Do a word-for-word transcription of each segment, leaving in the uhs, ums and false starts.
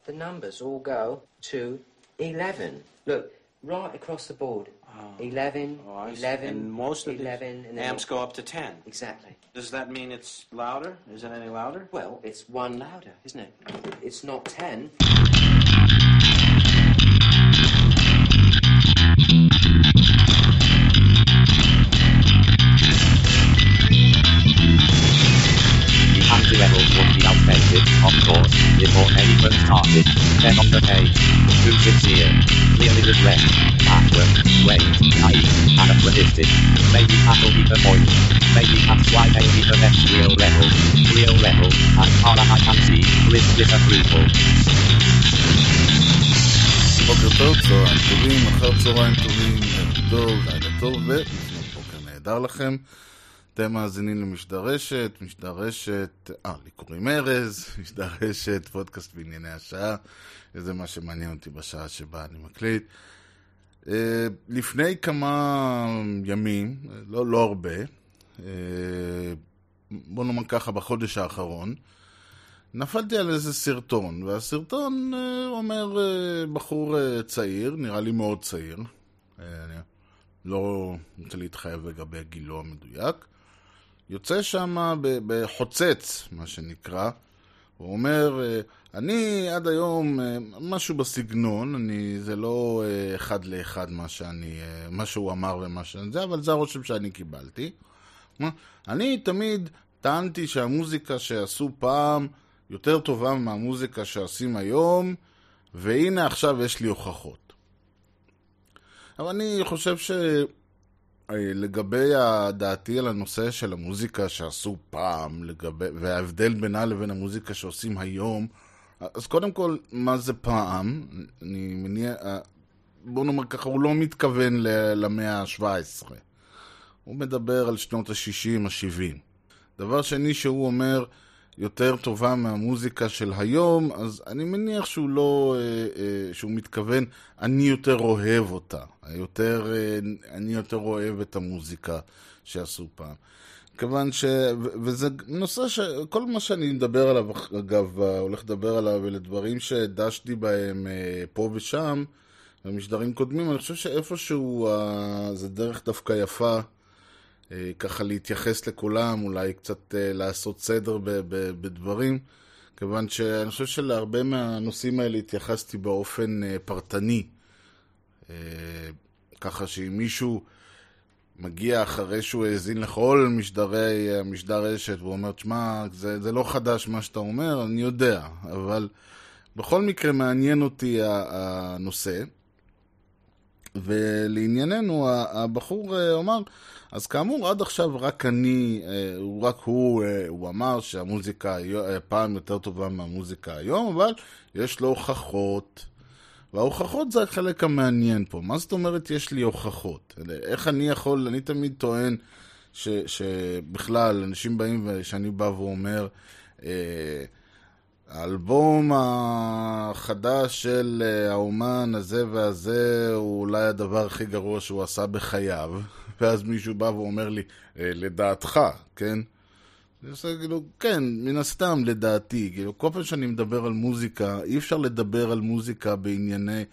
the numbers all go to eleven. Look, right across the board. Oh. eleven, Oh, eleven, and most of eleven, and the then amps go up to ten. Exactly. Does that mean it's louder? Is it any louder? Well, it's one louder, isn't it? It's not ten. The anti-rebels would be outdated, of course, before anyone started. Then on the page, too sincere, clearly regret, backward, wait, naive, anachronistic. Maybe that'll be the point. Maybe that's why they be the next real rebel. Real rebel, as far as I can see, with disapproval. בוקר טוב, צהריים טובים, אחר צהריים טובים, ערב טוב, לילה טוב, ולפנות בוקר נהדר לכם. אתם מאזינים למשדרשת, משדרשת, אה, לי קוראים ארז, משדרשת, פודקאסט בענייני השעה, וזה מה שמעניין אותי בשעה שבה אני מקליט. Uh, לפני כמה ימים, לא, לא הרבה, uh, בוא נאמר ככה, בחודש האחרון, נפלתי על איזה סרטון, והסרטון uh, אומר uh, בחור uh, צעיר, נראה לי מאוד צעיר, uh, לא רוצה להתחייב לגבי גילו המדויק, יוצא שם בחוצץ, מה שנקרא, הוא אומר, אני עד היום, משהו בסגנון, אני, זה לא אחד לאחד מה שאני, מה שהוא אמר ומה שאני, זה, אבל זה הרושם שאני קיבלתי. אני תמיד טענתי שהמוזיקה שעשו פעם יותר טובה מהמוזיקה שעושים היום, והנה עכשיו יש לי הוכחות. אבל אני חושב ש... לגבי הדעתי על הנושא של המוזיקה שעשו פעם, לגבי, וההבדל בינה לבין המוזיקה שעושים היום, אז קודם כל, מה זה פעם? אני מניע, בוא נאמר ככה, הוא לא מתכוון למאה ה-שבע עשרה. הוא מדבר על שנות ה-שישים, ה-שבעים. דבר שני שהוא אומר, יותר טובה מהמוזיקה של היום, אז אני מניח שהוא לא, שהוא מתכוון, אני יותר אוהב אותה, יותר, אני יותר אוהב את המוזיקה שעשו פעם. כיוון ש, וזה נושא שכל מה שאני מדבר עליו, אגב, הולך לדבר עליו, ולדברים שדשתי בהם פה ושם, במשדרים קודמים, אני חושב שאיפשהו זה דרך דווקא יפה, ככה להתייחס לכולם, אולי קצת לעשות סדר בדברים, כיוון שאני חושב שלהרבה מהנושאים האלה התייחסתי באופן פרטני, ככה שאם מישהו מגיע אחרי שהוא האזין לכל משדרי, משדר רשת, והוא אומר, תשמע, זה, זה לא חדש מה שאתה אומר, אני יודע, אבל בכל מקרה מעניין אותי הנושא, ולענייננו, הבחור אומר, אז כאמור, עד עכשיו רק אני, רק הוא, הוא אמר שהמוזיקה פעם יותר טובה מהמוזיקה היום, אבל יש לו הוכחות, וההוכחות זה החלק המעניין פה. מה זאת אומרת יש לי הוכחות? איך אני יכול, אני תמיד טוען ש, שבכלל אנשים באים ושאני בא ואומר, האלבום החדש של האומן הזה והזה הוא אולי הדבר הכי גרוע שהוא עשה בחייו, ואז מישהו בא ואומר לי, לדעתך, כן? אני עושה, כאילו, כן, מן הסתם, לדעתי, כאילו, כל פעם שאני מדבר על מוזיקה, אי אפשר לדבר על מוזיקה בענייני,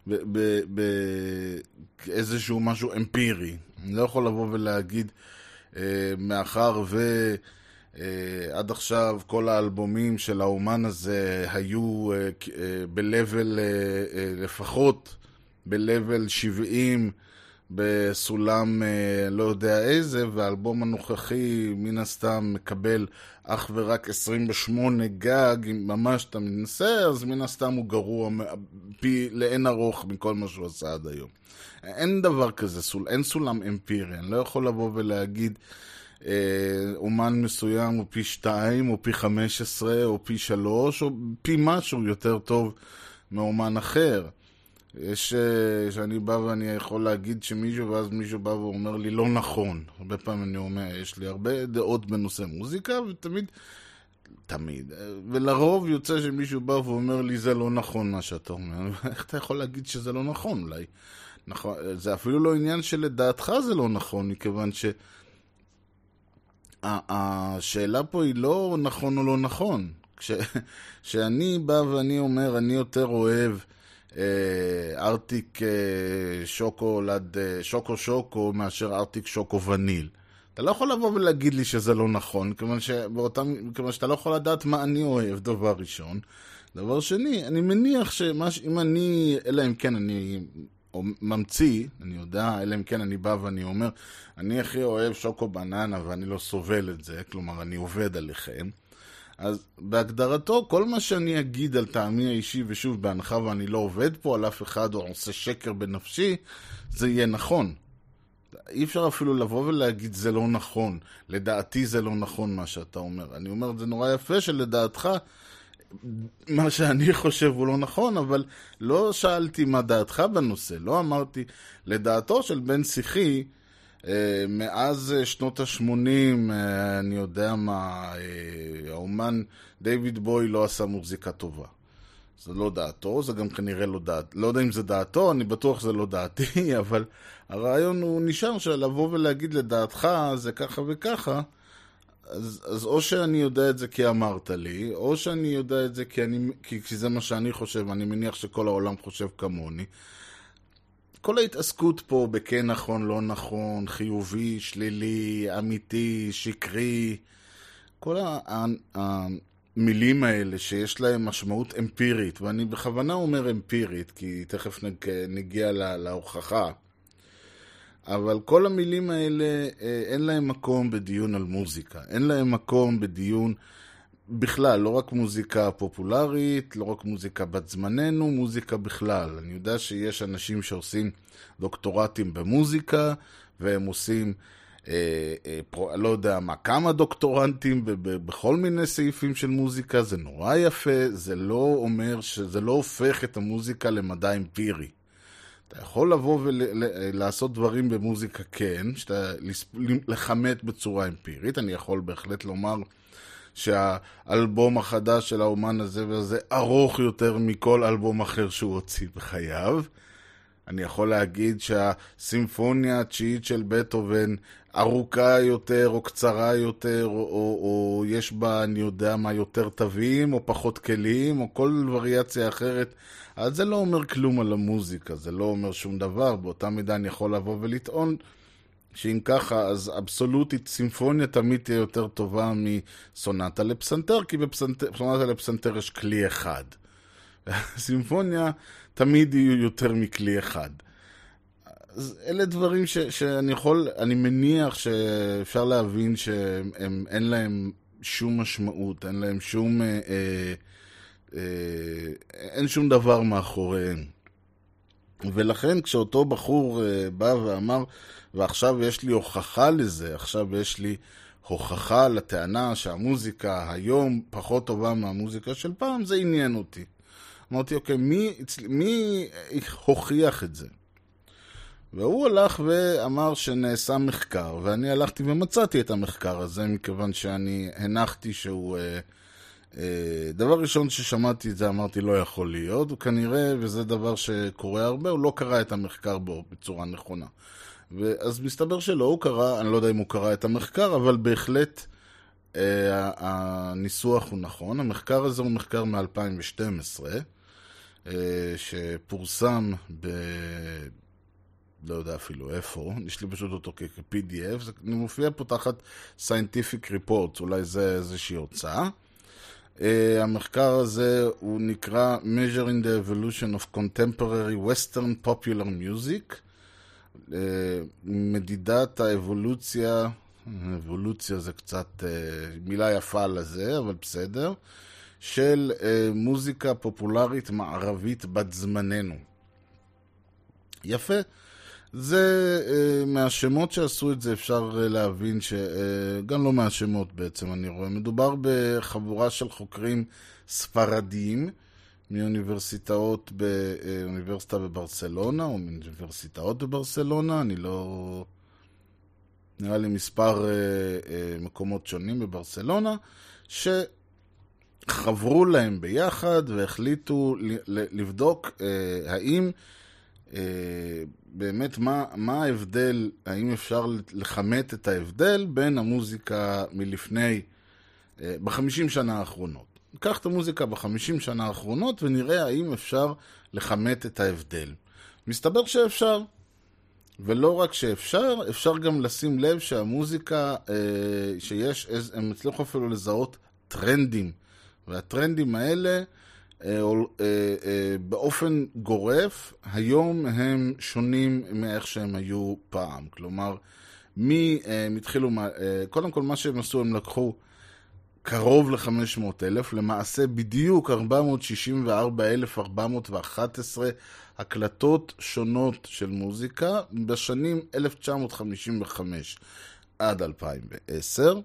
באיזשהו משהו אמפירי. אני לא יכול לבוא ולהגיד, מאחר ו... עד עכשיו כל האלבומים של האומן הזה היו בלבל, לפחות בלבל שבעים, בסולם לא יודע איזה, והאלבום הנוכחי מן הסתם מקבל אך ורק עשרים ושמונה גג, אם ממש אתה מנסה, אז מן הסתם הוא גרוע פי לאין ארוך מכל מה שהוא עשה עד היום. אין דבר כזה, אין סולם אמפירי, אני לא יכול לבוא ולהגיד אומן מסוים הוא פי שתיים, או פי חמש עשרה, או פי שלוש, או פי משהו יותר טוב מאומן אחר. יש, שאני בא ואני יכול להגיד שמישהו, ואז מישהו בא ואומר לי לא נכון. הרבה פעמים אני אומר, יש לי הרבה דעות בנושא מוזיקה, ותמיד, תמיד, ולרוב יוצא שמישהו בא ואומר לי זה לא נכון מה שאתה אומר. איך אתה יכול להגיד שזה לא נכון? אולי, נכון, זה אפילו לא עניין שלדעתך זה לא נכון, מכיוון ש... השאלה פה היא לא נכון או לא נכון. כש, כשאני בא ואני אומר, אני יותר אוהב אה, ארטיק אה, שוקולד, אה, שוקו שוקו מאשר ארטיק שוקו וניל. אתה לא יכול לבוא ולהגיד לי שזה לא נכון, כיוון שבאותם, כיוון שאתה לא יכול לדעת מה אני אוהב, דבר ראשון. דבר שני, אני מניח שאם אני, אלא אם כן אני ממציא, אני יודע, אלא אם כן אני בא ואני אומר, אני הכי אוהב שוקו בננה ואני לא סובל את זה, כלומר אני עובד עליכם. אז בהגדרתו, כל מה שאני אגיד על טעמי האישי, ושוב, בהנחה ואני לא עובד פה על אף אחד או עושה שקר בנפשי, זה יהיה נכון. אי אפשר אפילו לבוא ולהגיד זה לא נכון. לדעתי זה לא נכון מה שאתה אומר. אני אומר, זה נורא יפה שלדעתך, מה שאני חושב הוא לא נכון, אבל לא שאלתי מה דעתך בנושא. לא אמרתי, לדעתו של בן שיחי, מאז שנות ה-שמונים, אני יודע מה, האומן דיוויד בוי לא עשה מוזיקה טובה. זה לא דעתו, זה גם כנראה לא דעת. לא יודע אם זה דעתו, אני בטוח שזה לא דעתי, אבל הרעיון הוא נשאר שלבוא ולהגיד לדעתך זה ככה וככה, אז, אז או שאני יודע את זה כי אמרת לי, או שאני יודע את זה כי, אני, כי, כי זה מה שאני חושב, אני מניח שכל העולם חושב כמוני. כל ההתעסקות פה בכן נכון, לא נכון, חיובי, שלילי, אמיתי, שקרי, כל המילים האלה שיש להם משמעות אמפירית, ואני בכוונה אומר אמפירית, כי תכף נגיע להוכחה, אבל כל המילים האלה אין להם מקום בדיון על מוזיקה, אין להם מקום בדיון בכלל, לא רק מוזיקה פופולרית, לא רק מוזיקה בת זמננו, מוזיקה בכלל. אני יודע שיש אנשים שעושים דוקטורטים במוזיקה, והם עושים, אה, אה, פרו, לא יודע מה, כמה דוקטורנטים ב- ב- בכל מיני סעיפים של מוזיקה, זה נורא יפה, זה לא אומר שזה לא הופך את המוזיקה למדע אמפירי. אתה יכול לבוא ולעשות דברים במוזיקה כן, שאתה לחמת בצורה אמפירית, אני יכול בהחלט לומר שהאלבום החדש של האומן הזה וזה ארוך יותר מכל אלבום אחר שהוא הוציא בחייו. אני יכול להגיד שהסימפוניה התשיעית של בטהובן ארוכה יותר או קצרה יותר, או, או, או יש בה, אני יודע מה, יותר תווים או פחות כלים או כל וריאציה אחרת. אז זה לא אומר כלום על המוזיקה, זה לא אומר שום דבר. באותה מידה אני יכול לבוא ולטעון שאם ככה, אז אבסולוטית סימפוניה תמיד תהיה יותר טובה מסונטה לפסנתר, כי בסונטה לפסנתר יש כלי אחד. סימפוניה תמיד יהיו יותר מכלי אחד. אז אלה דברים ש, שאני יכול, אני מניח שאפשר להבין שאין להם שום משמעות, אין להם שום, אה, אה, אין שום דבר מאחוריהם. ולכן כשאותו בחור אה, בא ואמר, ועכשיו יש לי הוכחה לזה, עכשיו יש לי הוכחה לטענה שהמוזיקה היום פחות טובה מהמוזיקה של פעם, זה עניין אותי. אמרתי, אוקיי, מי, מי הוכיח את זה? והוא הלך ואמר שנעשה מחקר, ואני הלכתי ומצאתי את המחקר הזה, מכיוון שאני הנחתי שהוא... אה, אה, דבר ראשון ששמעתי את זה, אמרתי, לא יכול להיות, וכנראה, וזה דבר שקורה הרבה, הוא לא קרא את המחקר בו בצורה נכונה. ואז מסתבר שלא, הוא קרא, אני לא יודע אם הוא קרא את המחקר, אבל בהחלט אה, הניסוח הוא נכון. המחקר הזה הוא מחקר מ-אלפיים ושתים עשרה, אה, שפורסם ב... לא יודע אפילו איפה, יש לי פשוט אותו כ-פי די אף, זה מופיע פה תחת Scientific Reports, אולי זה איזושהי הוצאה. Uh, המחקר הזה הוא נקרא Measuring the Evolution of Contemporary Western Popular Music, uh, מדידת האבולוציה, אבולוציה זה קצת uh, מילה יפה לזה, אבל בסדר, של uh, מוזיקה פופולרית מערבית בת זמננו. יפה. זה, uh, מהשמות שעשו את זה אפשר uh, להבין שגם uh, לא מהשמות בעצם אני רואה. מדובר בחבורה של חוקרים ספרדיים מאוניברסיטאות באוניברסיטה בברסלונה או מאוניברסיטאות בברסלונה, אני לא... נראה לי מספר uh, uh, מקומות שונים בברסלונה, שחברו להם ביחד והחליטו לבדוק uh, האם Uh, באמת מה, מה ההבדל, האם אפשר לחמת את ההבדל בין המוזיקה מלפני, uh, בחמישים שנה האחרונות. ניקח את המוזיקה בחמישים שנה האחרונות ונראה האם אפשר לכמת את ההבדל. מסתבר שאפשר. ולא רק שאפשר, אפשר גם לשים לב שהמוזיקה, אה, שיש, הם הצליחו אפילו לזהות טרנדים. והטרנדים האלה, אה, אה, אה, באופן גורף, היום הם שונים מאיך שהם היו פעם. כלומר, מי אה, מתחילו, אה, קודם כל מה שהם עשו, הם לקחו קרוב ל-חמש מאות אלף, למעשה בדיוק ארבע מאות שישים וארבע אלף ארבע מאות ואחת עשרה הקלטות שונות של מוזיקה בשנים אלף תשע מאות חמישים וחמש עד אלפיים ועשר,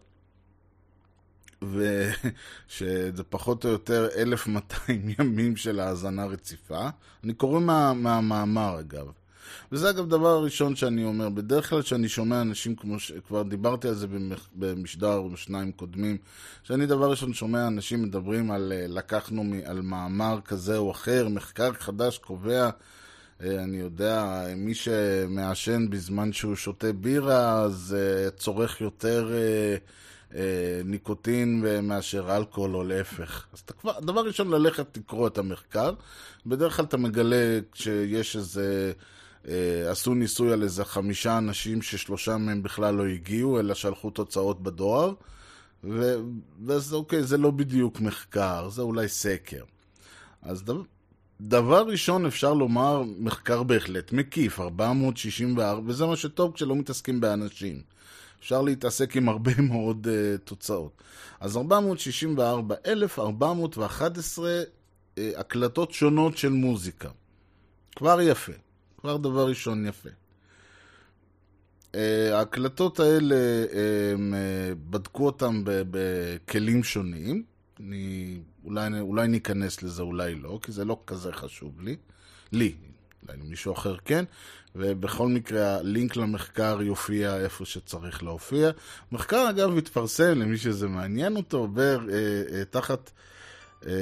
ושזה פחות או יותר אלף ומאתיים ימים של האזנה רציפה. אני קורא מה, מהמאמר אגב. וזה אגב דבר הראשון שאני אומר, בדרך כלל שאני שומע אנשים, כמו שכבר דיברתי על זה במשדר או בשניים קודמים, שאני דבר ראשון שומע אנשים מדברים על, לקחנו על מאמר כזה או אחר, מחקר חדש קובע, אני יודע, מי שמעשן בזמן שהוא שותה בירה, אז צורך יותר ניקוטין מאשר אלכוהול או להפך. אז אתה כבר, דבר ראשון ללכת תקרוא את המחקר, בדרך כלל אתה מגלה שיש איזה, עשו ניסוי על איזה חמישה אנשים ששלושה מהם בכלל לא הגיעו, אלא שלחו תוצאות בדואר, ו... ואז אוקיי, זה לא בדיוק מחקר, זה אולי סקר. אז דבר, דבר ראשון אפשר לומר, מחקר בהחלט מקיף, ארבע מאות שישים וארבע, וזה מה שטוב כשלא מתעסקים באנשים. אפשר להתעסק עם הרבה מאוד uh, תוצאות. אז ארבע מאות שישים וארבע אלף ארבע מאות ואחת עשרה uh, הקלטות שונות של מוזיקה. כבר יפה. כבר דבר ראשון יפה. Uh, ההקלטות האלה, uh, uh, בדקו אותם בכלים שונים. אני, אולי, אולי ניכנס לזה, אולי לא, כי זה לא כזה חשוב לי. לי, אולי למישהו אחר כן. ובכל מקרה הלינק למחקר יופיע איפה שצריך להופיע. מחקר אגב מתפרסם למי שזה מעניין אותו, עובר אה, אה, תחת אה,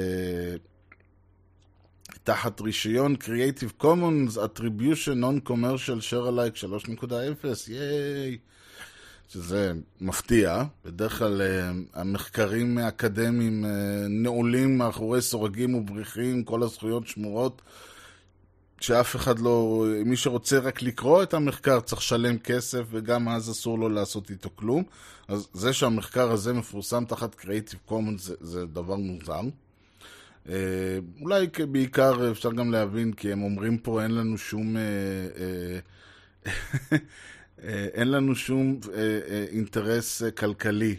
תחת רישיון Creative Commons Attribution Non-Commercial Share Alike שלוש נקודה אפס, ייי, שזה מפתיע. בדרך כלל אה, המחקרים האקדמיים אה, נעולים מאחורי סורגים ובריחים, כל הזכויות שמורות, שאף אחד לא, מי שרוצה רק לקרוא את המחקר צריך לשלם כסף, וגם אז אסור לו לעשות איתו כלום. אז זה שהמחקר הזה מפורסם תחת Creative Commons זה, זה דבר מוזר. אה, אולי בעיקר אפשר גם להבין, כי הם אומרים פה אין לנו שום אה, אה, אה, אין לנו שום אה, אה, אינטרס אה, כלכלי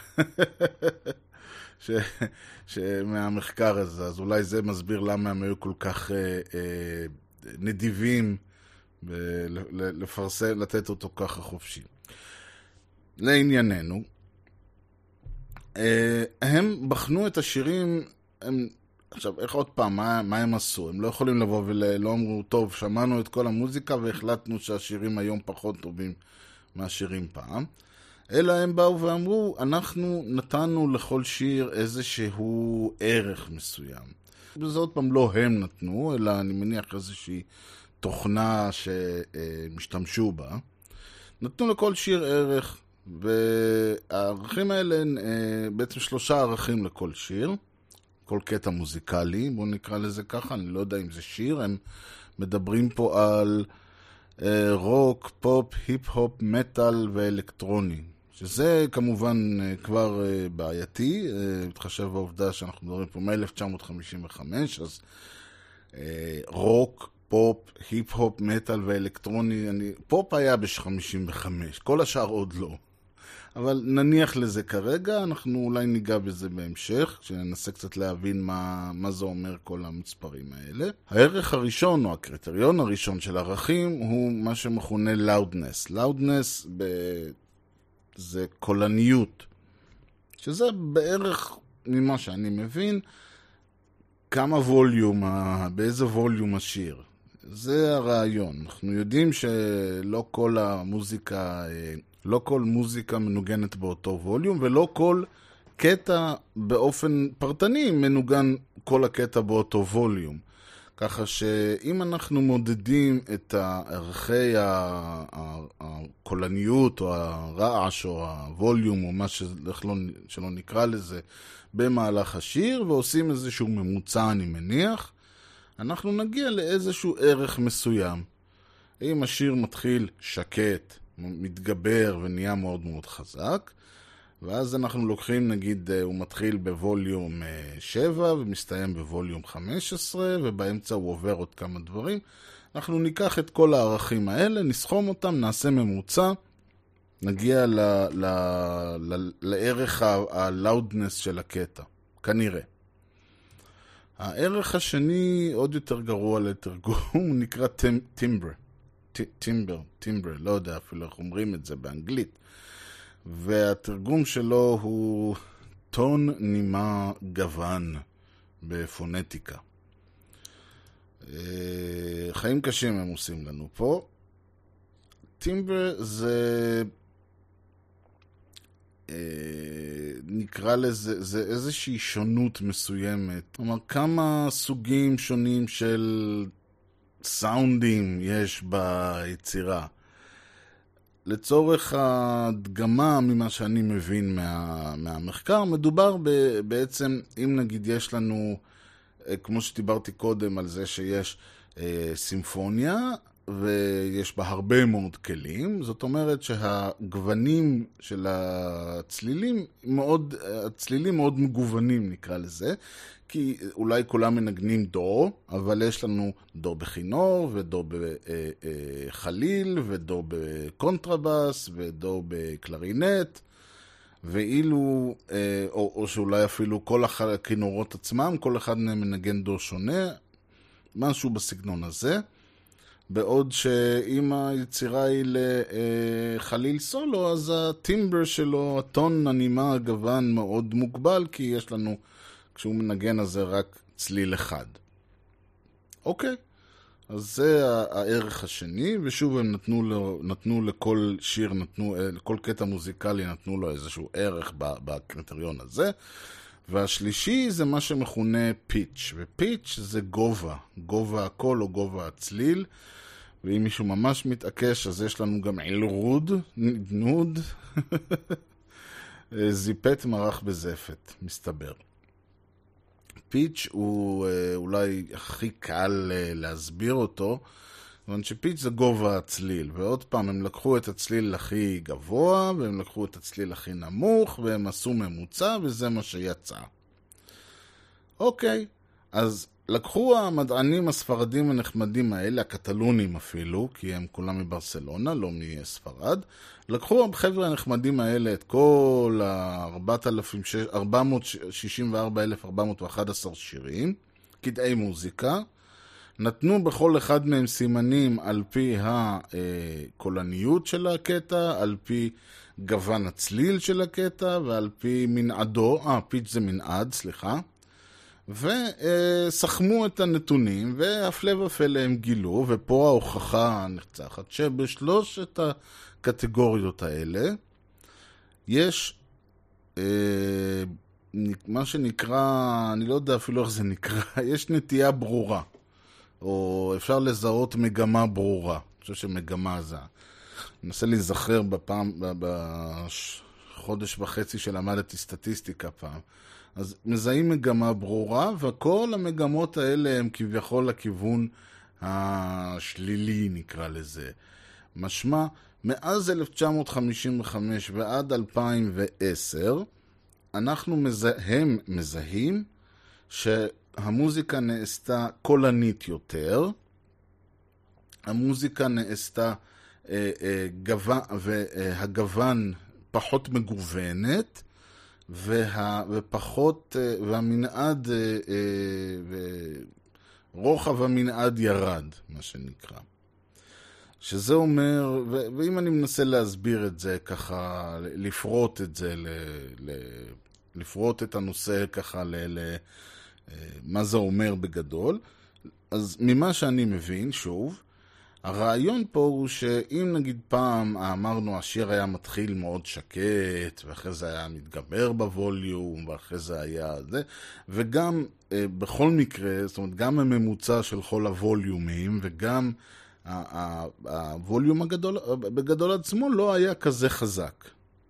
ש, שמהמחקר הזה. אז אולי זה מסביר למה הם היו כל כך אה, אה, נדיבים לפרסם, לתת אותו ככה חופשי. לענייננו, הם בחנו את השירים, הם, עכשיו, איך עוד פעם, מה, מה הם עשו? הם לא יכולים לבוא ולא אמרו, טוב, שמענו את כל המוזיקה והחלטנו שהשירים היום פחות טובים מהשירים פעם, אלא הם באו ואמרו, אנחנו נתנו לכל שיר איזשהו ערך מסוים. וזה עוד פעם לא הם נתנו, אלא אני מניח איזושהי תוכנה שמשתמשו בה. נתנו לכל שיר ערך, והערכים האלה הם בעצם שלושה ערכים לכל שיר, כל קטע מוזיקלי, בואו נקרא לזה ככה, אני לא יודע אם זה שיר, הם מדברים פה על רוק, פופ, היפ-הופ, מטל ואלקטרוני. שזה כמובן כבר בעייתי, מתחשב בעובדה שאנחנו מדברים פה מ-אלף תשע מאות חמישים וחמש, אז רוק, פופ, היפ-הופ, מטל ואלקטרוני, אני, פופ היה ב-חמישים וחמש, כל השאר עוד לא. אבל נניח לזה כרגע, אנחנו אולי ניגע בזה בהמשך, שננסה קצת להבין מה, מה זה אומר כל המספרים האלה. הערך הראשון, או הקריטריון הראשון של ערכים, הוא מה שמכונה loudness. loudness ב... זה קולניות, שזה בערך ממה שאני מבין, כמה ווליום, באיזה ווליום השיר. זה הרעיון. אנחנו יודעים שלא כל המוזיקה, לא כל מוזיקה מנוגנת באותו ווליום, ולא כל קטע באופן פרטני מנוגן כל הקטע באותו ווליום. ככה שאם אנחנו מודדים את ערכי הקולניות או הרעש או הווליום או מה שלא, שלא נקרא לזה במהלך השיר ועושים איזשהו ממוצע אני מניח, אנחנו נגיע לאיזשהו ערך מסוים. אם השיר מתחיל שקט, מתגבר ונהיה מאוד מאוד חזק, ואז אנחנו לוקחים, נגיד, הוא מתחיל בווליום שבע ומסתיים בווליום חמש עשרה, ובאמצע הוא עובר עוד כמה דברים. אנחנו ניקח את כל הערכים האלה, נסכום אותם, נעשה ממוצע, נגיע ל, ל, ל, לערך ה-loudness של הקטע, כנראה. הערך השני, עוד יותר גרוע לתרגום, הוא נקרא טימבר. טימבר, טימבר, לא יודע אפילו איך אומרים את זה באנגלית. והתרגום שלו הוא טון נימה גוון בפונטיקה. חיים קשים הם עושים לנו פה. טימבר זה נקרא לזה, זה איזושהי שונות מסוימת. כלומר, כמה סוגים שונים של סאונדים יש ביצירה. לצורך הדגמה ממה שאני מבין מה, מהמחקר, מדובר ב, בעצם, אם נגיד יש לנו, כמו שדיברתי קודם על זה שיש אה, סימפוניה, ויש בה הרבה מאוד כלים, זאת אומרת שהגוונים של הצלילים מאוד, הצלילים מאוד מגוונים נקרא לזה, כי אולי כולם מנגנים דו, אבל יש לנו דו בכינור, ודו בחליל, ודו בקונטרבס, ודו בקלרינט, ואילו, או, או שאולי אפילו כל הכינורות עצמם, כל אחד מהם מנגן דו שונה, משהו בסגנון הזה. בעוד שאם היצירה היא לחליל סולו, אז הטימבר שלו, הטון הנימה הגוון מאוד מוגבל, כי יש לנו, כשהוא מנגן אז זה רק צליל אחד. אוקיי, אז זה הערך השני, ושוב הם נתנו, לו, נתנו לכל שיר, נתנו, לכל קטע מוזיקלי נתנו לו איזשהו ערך בקריטריון הזה. והשלישי זה מה שמכונה פיץ', ופיץ' זה גובה, גובה הקול או גובה הצליל, ואם מישהו ממש מתעקש אז יש לנו גם עילרוד, נוד, זיפת מרח בזפת, מסתבר. פיץ' הוא אולי הכי קל להסביר אותו, כיוון שפיץ' זה גובה הצליל, ועוד פעם הם לקחו את הצליל הכי גבוה, והם לקחו את הצליל הכי נמוך, והם עשו ממוצע, וזה מה שיצא. אוקיי, אז לקחו המדענים הספרדים הנחמדים האלה, הקטלונים אפילו, כי הם כולם מברסלונה, לא מספרד, לקחו החבר'ה הנחמדים האלה את כל ה-ארבע מאות שישים וארבע אלף ארבע מאות ואחת עשרה שירים, קטעי מוזיקה, נתנו בכל אחד מהם סימנים על פי הקולניות של הקטע, על פי גוון הצליל של הקטע, ועל פי מנעדו, אה, פיץ' זה מנעד, סליחה, וסחמו את הנתונים, והפלא ופלא הם גילו, ופה ההוכחה הנחצחת, שבשלושת הקטגוריות האלה, יש אה, מה שנקרא, אני לא יודע אפילו איך זה נקרא, יש נטייה ברורה. או אפשר לזהות מגמה ברורה. אני חושב שמגמה זה. אני מנסה להיזכר בפעם, בחודש וחצי שלמדתי סטטיסטיקה פעם. אז מזהים מגמה ברורה, וכל המגמות האלה הם כביכול לכיוון השלילי, נקרא לזה. משמע, מאז אלף תשע מאות חמישים וחמש ועד אלפיים ועשר, אנחנו מזה, הם מזהים ש... המוזיקה נעשתה קולנית יותר, המוזיקה נעשתה אה, אה, גוון, והגוון פחות מגוונת, וה, ופחות, אה, והמנעד, אה, אה, ורוחב המנעד ירד, מה שנקרא. שזה אומר, ו, ואם אני מנסה להסביר את זה ככה, לפרוט את זה, ל, ל, לפרוט את הנושא ככה ל... ל מה זה אומר בגדול? אז ממה שאני מבין, שוב, הרעיון פה הוא שאם נגיד פעם אמרנו השיר היה מתחיל מאוד שקט, ואחרי זה היה מתגבר בווליום, ואחרי זה היה זה, וגם אה, בכל מקרה, זאת אומרת גם הממוצע של כל הווליומים, וגם הווליום הגדול, בגדול עצמו לא היה כזה חזק.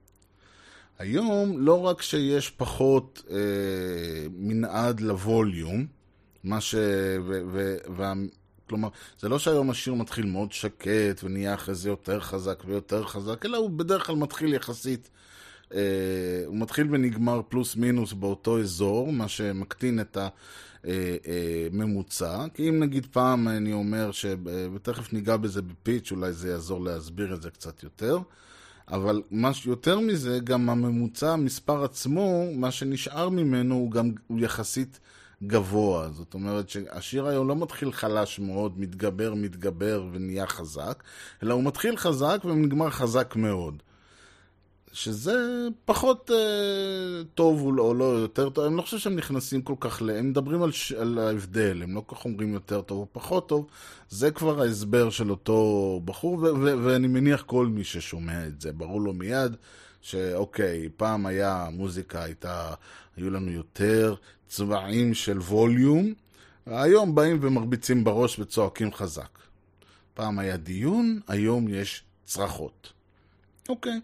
היום לא רק שיש פחות אה, מנעד לווליום, מה ש... ו, ו, וה, כלומר, זה לא שהיום השיר מתחיל מאוד שקט ונהיה אחרי זה יותר חזק ויותר חזק, אלא הוא בדרך כלל מתחיל יחסית, אה, הוא מתחיל ונגמר פלוס מינוס באותו אזור, מה שמקטין את הממוצע. כי אם נגיד פעם אני אומר, ותכף ניגע בזה בפיץ', אולי זה יעזור להסביר את זה קצת יותר, אבל מה שיותר מזה, גם הממוצע, המספר עצמו, מה שנשאר ממנו הוא גם הוא יחסית גבוה. זאת אומרת שהשיר היום לא מתחיל חלש מאוד, מתגבר, מתגבר ונהיה חזק, אלא הוא מתחיל חזק ונגמר חזק מאוד. שזה פחות אה, טוב או לא יותר טוב. אני לא חושב שהם נכנסים כל כך ל... הם מדברים על, ש... על ההבדל, הם לא כל כך אומרים יותר טוב או פחות טוב. זה כבר ההסבר של אותו בחור, ו- ו- ואני מניח כל מי ששומע את זה, ברור לו מיד שאוקיי, פעם היה, מוזיקה הייתה, היו לנו יותר צבעים של ווליום, היום באים ומרביצים בראש וצועקים חזק. פעם היה דיון, היום יש צרחות. אוקיי.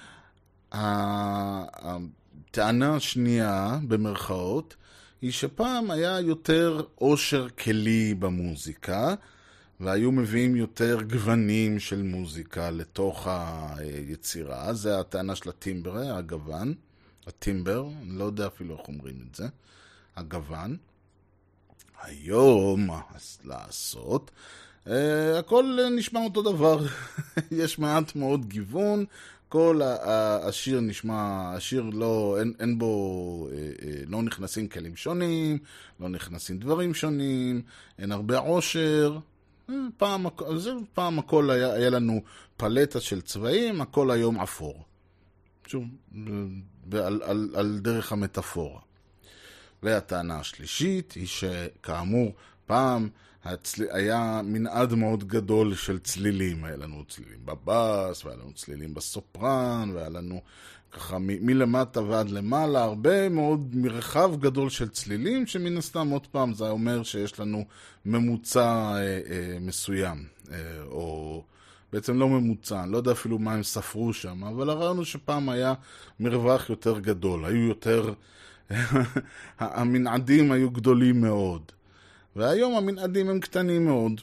הטענה השנייה, במרכאות, היא שפעם היה יותר עושר כלי במוזיקה, והיו מביאים יותר גוונים של מוזיקה לתוך היצירה. זה הטענה של הטימבר, הגוון, הטימבר, אני לא יודע אפילו איך אומרים את זה, הגוון. היום, אז לעשות, הכל נשמע אותו דבר, יש מעט מאוד גיוון, כל השיר נשמע, השיר לא, אין, אין בו, לא נכנסים כלים שונים, לא נכנסים דברים שונים, אין הרבה עושר. פעם, זה, פעם הכל היה, היה לנו פלטה של צבעים, הכל היום אפור. שוב, על, על, על דרך המטאפורה. והטענה השלישית היא שכאמור, פעם הצל... היה מנעד מאוד גדול של צלילים. היה לנו צלילים בבאס, והיה לנו צלילים בסופרן, והיה לנו ככה מ... מלמטה ועד למעלה, הרבה מאוד מרחב גדול של צלילים, שמן הסתם עוד פעם זה אומר שיש לנו ממוצע אה, אה, מסוים, אה, או בעצם לא ממוצע, אני לא יודע אפילו מה הם ספרו שם, אבל הרעיון הוא שפעם היה מרווח יותר גדול, היו יותר, המנעדים היו גדולים מאוד. והיום המנעדים הם קטנים מאוד.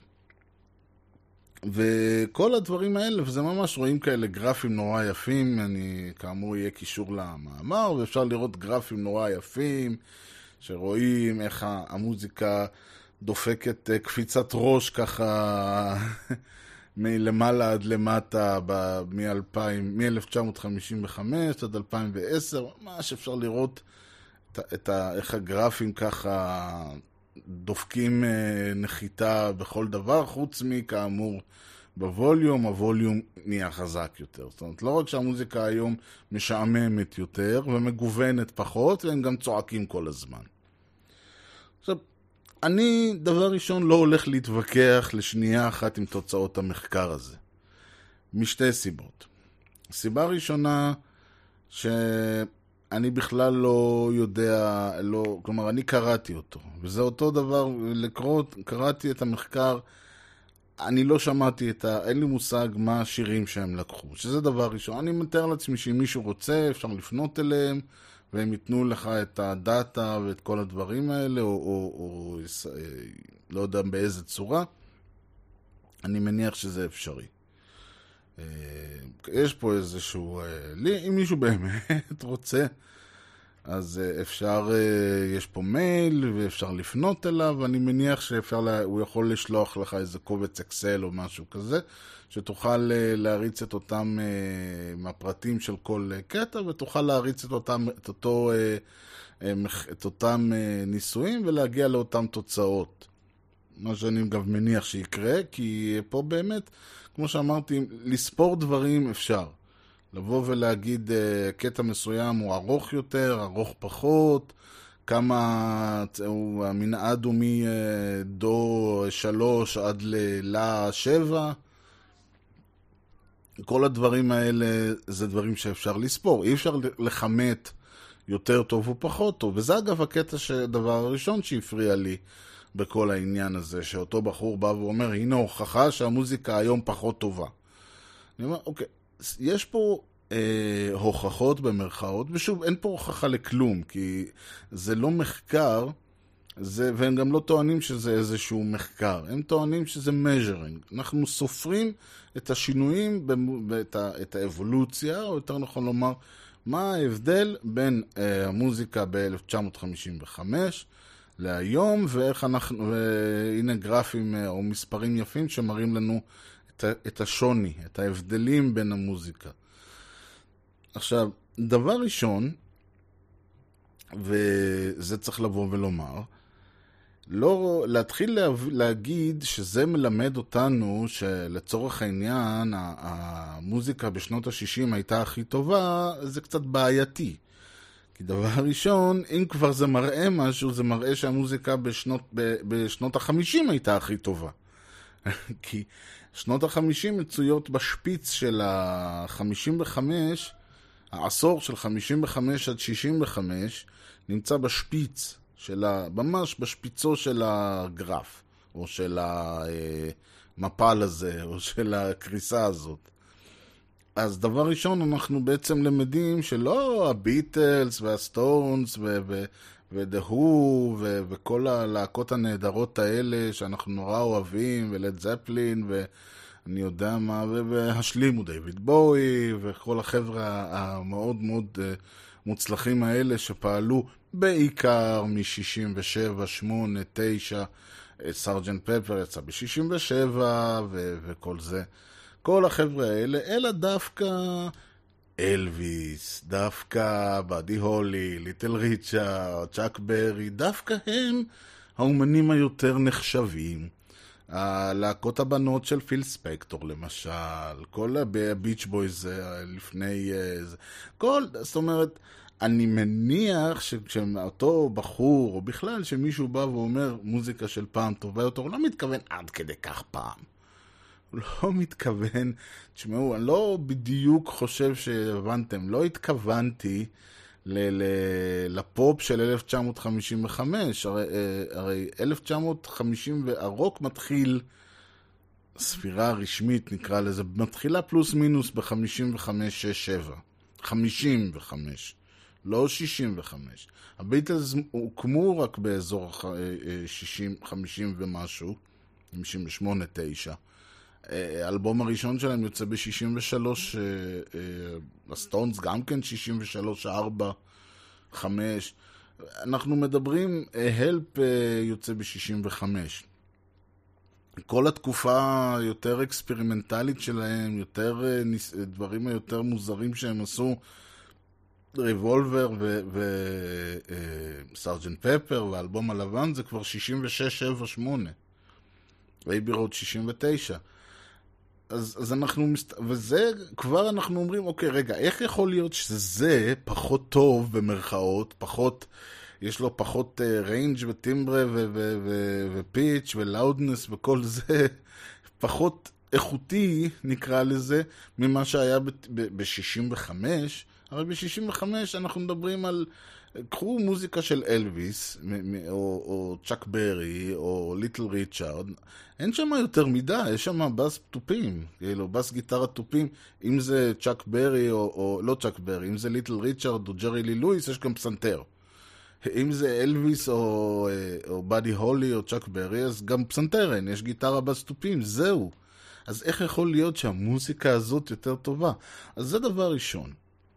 וכל הדברים האלה, וזה ממש רואים כאלה גרפים נורא יפים, אני כאמור יהיה קישור למאמר, ואפשר לראות גרפים נורא יפים, שרואים איך המוזיקה דופקת קפיצת ראש ככה מלמעלה עד למטה מ-אלף תשע מאות חמישים וחמש עד אלפיים ועשר, ממש אפשר לראות את ה, איך הגרפים ככה דופקים נחיתה בכל דבר, חוץ מכאמור בווליום, הווליום נהיה חזק יותר. זאת אומרת, לא רק שהמוזיקה היום משעממת יותר ומגוונת פחות, והם גם צועקים כל הזמן. עכשיו, אני דבר ראשון לא הולך להתווכח לשנייה אחת עם תוצאות המחקר הזה. משתי סיבות. סיבה ראשונה, ש... אני בכלל לא יודע, לא, כלומר, אני קראתי אותו, וזה אותו דבר, לקרות, קראתי את המחקר, אני לא שמעתי את ה... אין לי מושג מה השירים שהם לקחו, שזה דבר ראשון. אני מתאר לעצמי שאם מישהו רוצה, אפשר לפנות אליהם, והם ייתנו לך את הדאטה ואת כל הדברים האלה, או, או, או לא יודע באיזה צורה, אני מניח שזה אפשרי. יש פה איזשהו, אם מישהו באמת רוצה, אז אפשר, יש פה מייל ואפשר לפנות אליו, ואני מניח שאפשר, הוא יכול לשלוח לך איזה קובץ אקסל או משהו כזה, שתוכל להריץ את אותם מהפרטים של כל קטע, ותוכל להריץ את אותם, את אותו, את אותם ניסויים ולהגיע לאותם תוצאות. מה שאני גם מניח שיקרה, כי פה באמת, כמו שאמרתי, לספור דברים אפשר. לבוא ולהגיד קטע מסוים הוא ארוך יותר, ארוך פחות, כמה, הוא- המנעד הוא מדו שלוש עד ללה שבע. כל הדברים האלה זה דברים שאפשר לספור. אי אפשר לכמת יותר טוב או פחות טוב. וזה אגב הקטע שהדבר הראשון שהפריע לי בכל העניין הזה, שאותו בחור בא ואומר, הנה הוכחה שהמוזיקה היום פחות טובה. אני אומר, אוקיי, יש פה אה, הוכחות במרכאות, ושוב, אין פה הוכחה לכלום, כי זה לא מחקר, זה, והם גם לא טוענים שזה איזשהו מחקר, הם טוענים שזה measuring. אנחנו סופרים את השינויים, את, ה, את האבולוציה, או יותר נכון לומר, מה ההבדל בין אה, המוזיקה ב-אלף תשע מאות חמישים וחמש להיום, ואיך אנחנו, והנה גרפים אה, או מספרים יפים שמראים לנו את, ה, את השוני, את ההבדלים בין המוזיקה. עכשיו, דבר ראשון, וזה צריך לבוא ולומר, לא להתחיל לה, להגיד שזה מלמד אותנו שלצורך העניין המוזיקה בשנות ה-שישים הייתה הכי טובה, זה קצת בעייתי. כי דבר ראשון, אם כבר זה מראה משהו, זה מראה שהמוזיקה בשנות, ב, בשנות ה-חמישים הייתה הכי טובה. כי שנות ה-חמישים מצויות בשפיץ של ה-חמישים וחמש, העשור של חמישים וחמש עד שישים וחמש, נמצא בשפיץ. של ה... ממש בשפיצו של הגרף, או של המפל הזה, או של הקריסה הזאת. אז דבר ראשון, אנחנו בעצם למדים שלא הביטלס והסטונס ודה הו וכל הלהקות הנהדרות האלה שאנחנו נורא אוהבים, ולד זפלין, ואני יודע מה, והשלימו דיוויד בואי, וכל החבר'ה המאוד מאוד מוצלחים האלה שפעלו בעיקר מ-שישים ושבע, שמונה, תשע, סרג'נט פפר יצא ב-שישים ושבע ו- וכל זה. כל החבר'ה האלה, אלא דווקא אלוויס, דווקא באדי הולי, ליטל ריצ'רד, צ'אק ברי, דווקא הם האומנים היותר נחשבים. הלהקות הבנות של פיל ספקטור למשל, כל הביץ' בויז לפני זה, כל, זאת אומרת, אני מניח שכשאותו בחור, או בכלל שמישהו בא ואומר מוזיקה של פעם טובה יותר, הוא לא מתכוון עד כדי כך פעם. הוא לא מתכוון, תשמעו, אני לא בדיוק חושב שהבנתם, לא התכוונתי ל- ל- לפופ של אלף תשע מאות חמישים וחמש, הרי, הרי אלף תשע מאות חמישים, הרוק מתחיל, ספירה רשמית נקרא לזה, מתחילה פלוס מינוס ב-חמישים וחמש, שש, שבע. חמישים וחמש. לא שישים וחמש. הביטלס הוקמו רק באזור שישים, חמישים ומשהו, חמישים ושמונה, תשע. האלבום הראשון שלהם יוצא ב-שישים ושלוש, הסטונס גם כן שישים ושלוש, ארבע, חמש. אנחנו מדברים, הלפ יוצא ב-שישים וחמש. כל התקופה יותר אקספרימנטלית שלהם, יותר דברים היותר מוזרים שהם עשו, ריבולבר וסרג'נט פפר והאלבום הלבן, זה כבר שישים ושש, שבע, שמונה. אייבי רוד שישים ותשע. אז, אז אנחנו, וזה כבר אנחנו אומרים, אוקיי, רגע, איך יכול להיות שזה פחות טוב במרכאות, פחות, יש לו פחות ריינג' וטימברה ופיץ' ולאודנס וכל זה, פחות איכותי נקרא לזה, ממה שהיה ב-שישים וחמש, אבל ב-שישים וחמש אנחנו מדברים על, קחו מוזיקה של אלוויס, או, או צ'אק ברי, או ליטל ריצ'רד, אין שם יותר מידה, יש שם בס טופים, כאילו בס גיטרה טופים, אם זה צ'אק ברי, או, או לא צ'אק ברי, אם זה ליטל ריצ'רד, או ג'רי לי לואיס, יש גם פסנתר. אם זה אלוויס, או, או באדי הולי, או צ'אק ברי, אז גם פסנתר אין, יש גיטרה בס טופים, זהו. אז איך יכול להיות שהמוזיקה הזאת יותר טובה? אז זה דבר ראשון.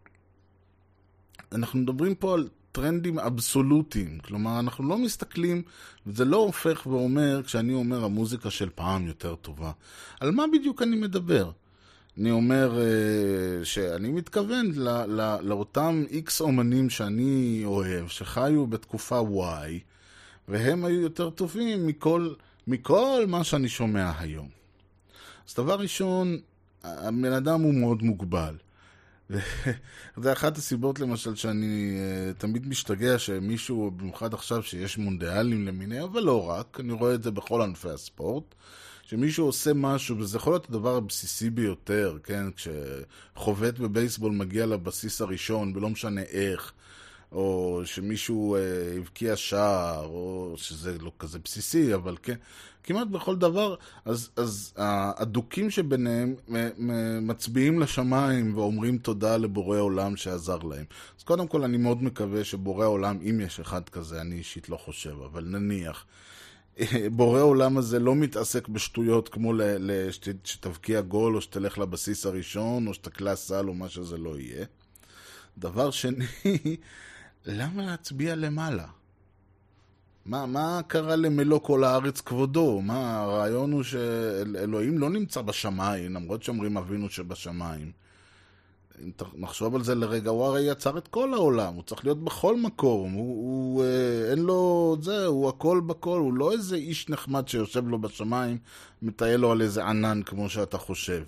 אנחנו מדברים פה על טרנדים אבסולוטיים, כלומר אנחנו לא מסתכלים, וזה לא הופך ואומר, כשאני אומר המוזיקה של פעם יותר טובה, על מה בדיוק אני מדבר? אני אומר uh, שאני מתכוון ל- ל- לאותם איקס אומנים שאני אוהב, שחיו בתקופה Y, והם היו יותר טובים מכל, מכל מה שאני שומע היום. אז דבר ראשון, הבן אדם הוא מאוד מוגבל. זה אחת הסיבות למשל שאני uh, תמיד משתגע שמישהו, במיוחד עכשיו שיש מונדיאלים למיני, אבל לא רק, אני רואה את זה בכל ענפי הספורט, שמישהו עושה משהו, וזה יכול להיות הדבר הבסיסי ביותר, כן? כשחובט בבייסבול מגיע לבסיס הראשון, ולא משנה איך, או שמישהו uh, הבקיע שער, או שזה לא כזה בסיסי, אבל כן, כמעט בכל דבר, אז, אז הדוקים שביניהם מצביעים לשמיים ואומרים תודה לבורא עולם שעזר להם. אז קודם כל אני מאוד מקווה שבורא עולם, אם יש אחד כזה, אני אישית לא חושב, אבל נניח, בורא עולם הזה לא מתעסק בשטויות כמו ל- ל- שת- שתבקיע גול או שתלך לבסיס הראשון או שתקלה סל או מה שזה לא יהיה. דבר שני, למה להצביע למעלה? מה, מה קרה למלוא כל הארץ כבודו? מה, הרעיון הוא שאלוהים לא נמצא בשמיים, למרות שאומרים אבינו שבשמיים. אם נחשוב על זה לרגע, הוא הרי יצר את כל העולם, הוא צריך להיות בכל מקום, הוא, הוא אין לו, זה, הוא הכל בכל, הוא לא איזה איש נחמד שיושב לו בשמיים, מטייל לו על איזה ענן כמו שאתה חושב.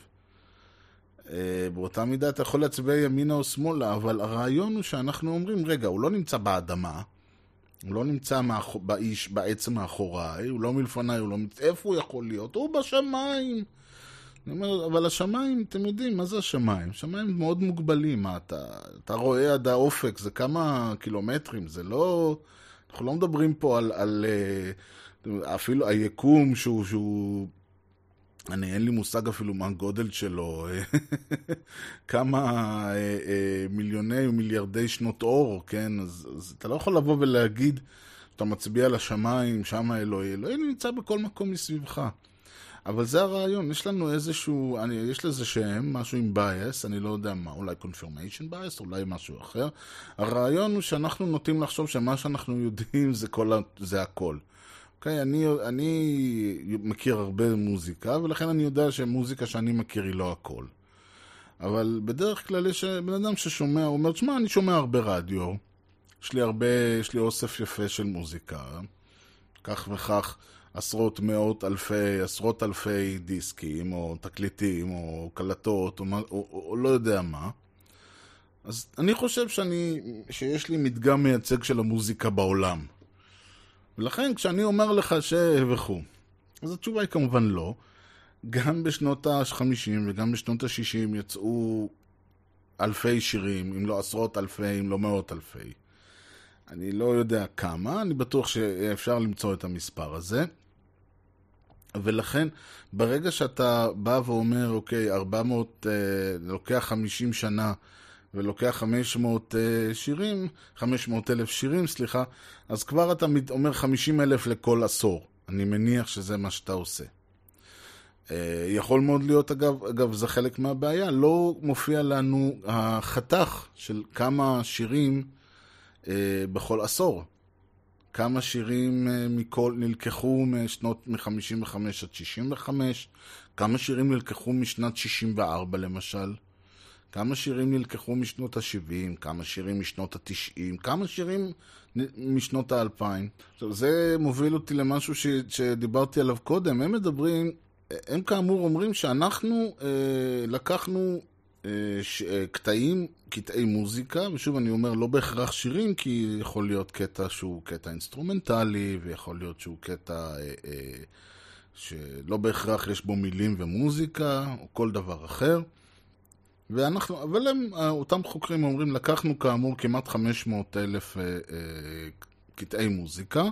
באותה מידה אתה יכול להצביע ימינה או שמאלה, אבל הרעיון הוא שאנחנו אומרים, רגע, הוא לא נמצא באדמה, הוא לא נמצא מאח... באיש, בעצם מאחוריי, הוא לא מלפניי, הוא לא... איפה הוא יכול להיות? הוא בשמיים. אני אומר, אבל השמיים, אתם יודעים, מה זה השמיים? שמיים מאוד מוגבלים, מה אתה... אתה רואה עד האופק, זה כמה קילומטרים, זה לא... אנחנו לא מדברים פה על... על אפילו היקום שהוא... שהוא... אני אין לי מושג אפילו מה הגודל שלו, כמה מיליוני ומיליארדי שנות אור, כן? אז, אז אתה לא יכול לבוא ולהגיד שאתה מצביע לשמיים, שם אלוהי, אלוהי נמצא בכל מקום מסביבך. אבל זה הרעיון, יש לנו איזשהו, אני, יש לזה שם, משהו עם bias, אני לא יודע מה, אולי confirmation bias, אולי משהו אחר. הרעיון הוא שאנחנו נוטים לחשוב שמה שאנחנו יודעים זה, כל, זה הכל. אוקיי, אני, אני מכיר הרבה מוזיקה, ולכן אני יודע שמוזיקה שאני מכיר היא לא הכל. אבל בדרך כלל יש בן אדם ששומע, הוא אומר, שמה, אני שומע הרבה רדיו, יש לי הרבה, יש לי אוסף יפה של מוזיקה, כך וכך עשרות, מאות, אלפי, עשרות אלפי דיסקים, או תקליטים, או קלטות, או, או, או, או לא יודע מה. אז אני חושב שאני, שיש לי מדגם מייצג של המוזיקה בעולם. ולכן כשאני אומר לך ש... וכו', אז התשובה היא כמובן לא. גם בשנות ה-חמישים וגם בשנות ה-שישים יצאו אלפי שירים, אם לא עשרות אלפי, אם לא מאות אלפי. אני לא יודע כמה, אני בטוח שאפשר למצוא את המספר הזה. ולכן, ברגע שאתה בא ואומר, אוקיי, ארבע מאות, אה, לוקח חמישים שנה, ולוקח חמש מאות שירים, חמש מאות אלף שירים, סליחה, אז כבר אתה אומר חמישים אלף לכל עשור. אני מניח שזה מה שאתה עושה. יכול מאוד להיות, אגב, אגב, זה חלק מהבעיה, לא מופיע לנו החתך של כמה שירים בכל עשור. כמה שירים מכל, נלקחו משנות מ-חמישים וחמש עד שישים וחמש, כמה שירים נלקחו משנת שישים וארבע למשל, כמה שירים נלקחו משנות ה-שבעים, כמה שירים משנות ה-תשעים, כמה שירים משנות ה-אלפיים. עכשיו, זה מוביל אותי למשהו ש... שדיברתי עליו קודם. הם מדברים, הם כאמור אומרים שאנחנו אה, לקחנו אה, ש... קטעים, קטעי מוזיקה, ושוב אני אומר, לא בהכרח שירים, כי יכול להיות קטע שהוא קטע אינסטרומנטלי, ויכול להיות שהוא קטע אה, אה, שלא בהכרח יש בו מילים ומוזיקה, או כל דבר אחר. ואנחנו, אבל הם, אותם חוקרים אומרים, לקחנו כאמור כמעט חמש מאות אלף אה, אה, קטעי מוזיקה,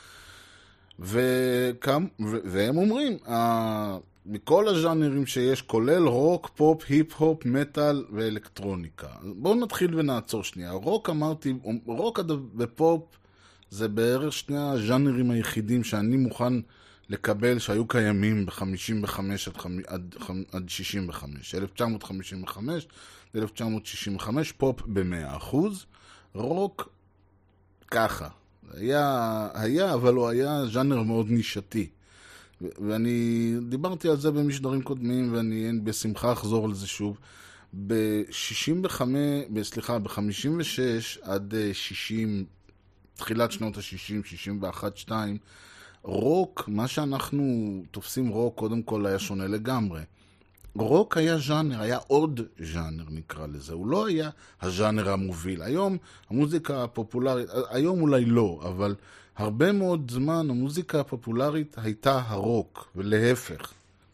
וכם, ו, והם אומרים, אה, מכל הז'אנרים שיש, כולל רוק, פופ, היפ-הופ, מטל ואלקטרוניקה. בואו נתחיל ונעצור שנייה. רוק, אמרתי, רוק ופופ זה בערך שני הז'אנרים היחידים שאני מוכן לקבל שהיו קיימים ב-חמישים וחמש עד, עד, עד שישים וחמש. אלף תשע מאות חמישים וחמש אלף תשע מאות שישים וחמש, פופ ב-מאה אחוז, רוק ככה. היה, היה, אבל הוא היה ז'אנר מאוד נישתי. ו- ואני דיברתי על זה במשדרים קודמים, ואני בשמחה אחזור על זה שוב. ב-שישים וחמש, סליחה, ב-חמישים ושש עד שישים, תחילת שנות ה-שישים, שישים ואחת, שתיים, רוק, מה שאנחנו תופסים רוק, קודם כל היה שונה לגמרי. רוק היה ז'אנר, היה עוד ז'אנר נקרא לזה, הוא לא היה הז'אנר המוביל. היום המוזיקה הפופולרית, היום אולי לא, אבל הרבה מאוד זמן המוזיקה הפופולרית הייתה הרוק, ולהפך.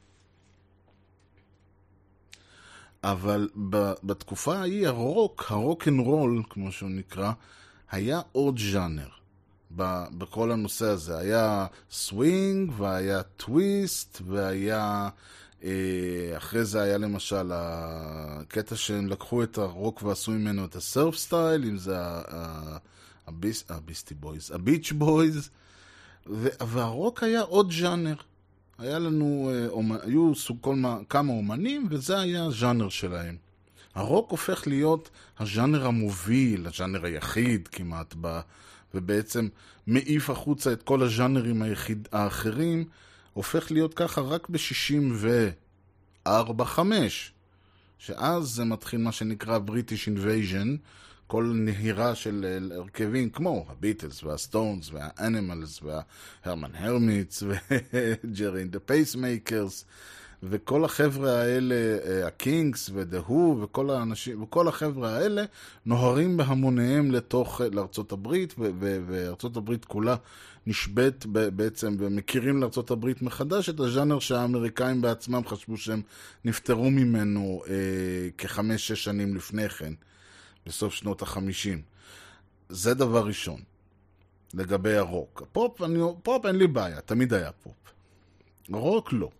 אבל בתקופה ההיא הרוק, הרוק אנד רול, כמו שהוא נקרא, היה עוד ז'אנר. בכל הנושא הזה היה סווינג, והיה טוויסט, והיה... אחרי זה היה למשל הקטע שהם לקחו את הרוק ועשו ממנו את הסרף סטייל, אם זה הביסטי בויז, הביץ' בויז, והרוק היה עוד ז'אנר. היה לנו, היו סוג כל כמה אומנים, וזה היה הז'אנר שלהם. הרוק הופך להיות הז'אנר המוביל, הז'אנר היחיד כמעט בה, ובעצם מעיף החוצה את כל הז'אנרים היחיד, האחרים, הופך להיות ככה רק ב-שישים וארבע חמש, שאז זה מתחיל מה שנקרא British Invasion, כל נהירה של הרכבים כמו הביטלס והסטונס והאנימלס וההרמן הרמיטס וג'רי אנד דה פייסמייקרס וכל החבר'ה האלה, הקינגס ודהו וכל האנשים, וכל החבר'ה האלה נוהרים בהמוניהם לתוך, לארצות הברית, וארצות הברית כולה נשבט בעצם, ומכירים לארצות הברית מחדש את הז'אנר שהאמריקאים בעצמם חשבו שהם נפטרו ממנו אה, כחמש, שש שנים לפני כן, בסוף שנות החמישים. זה דבר ראשון, לגבי הרוק. הפופ, אני, פופ אין לי בעיה, תמיד היה פופ. רוק לא.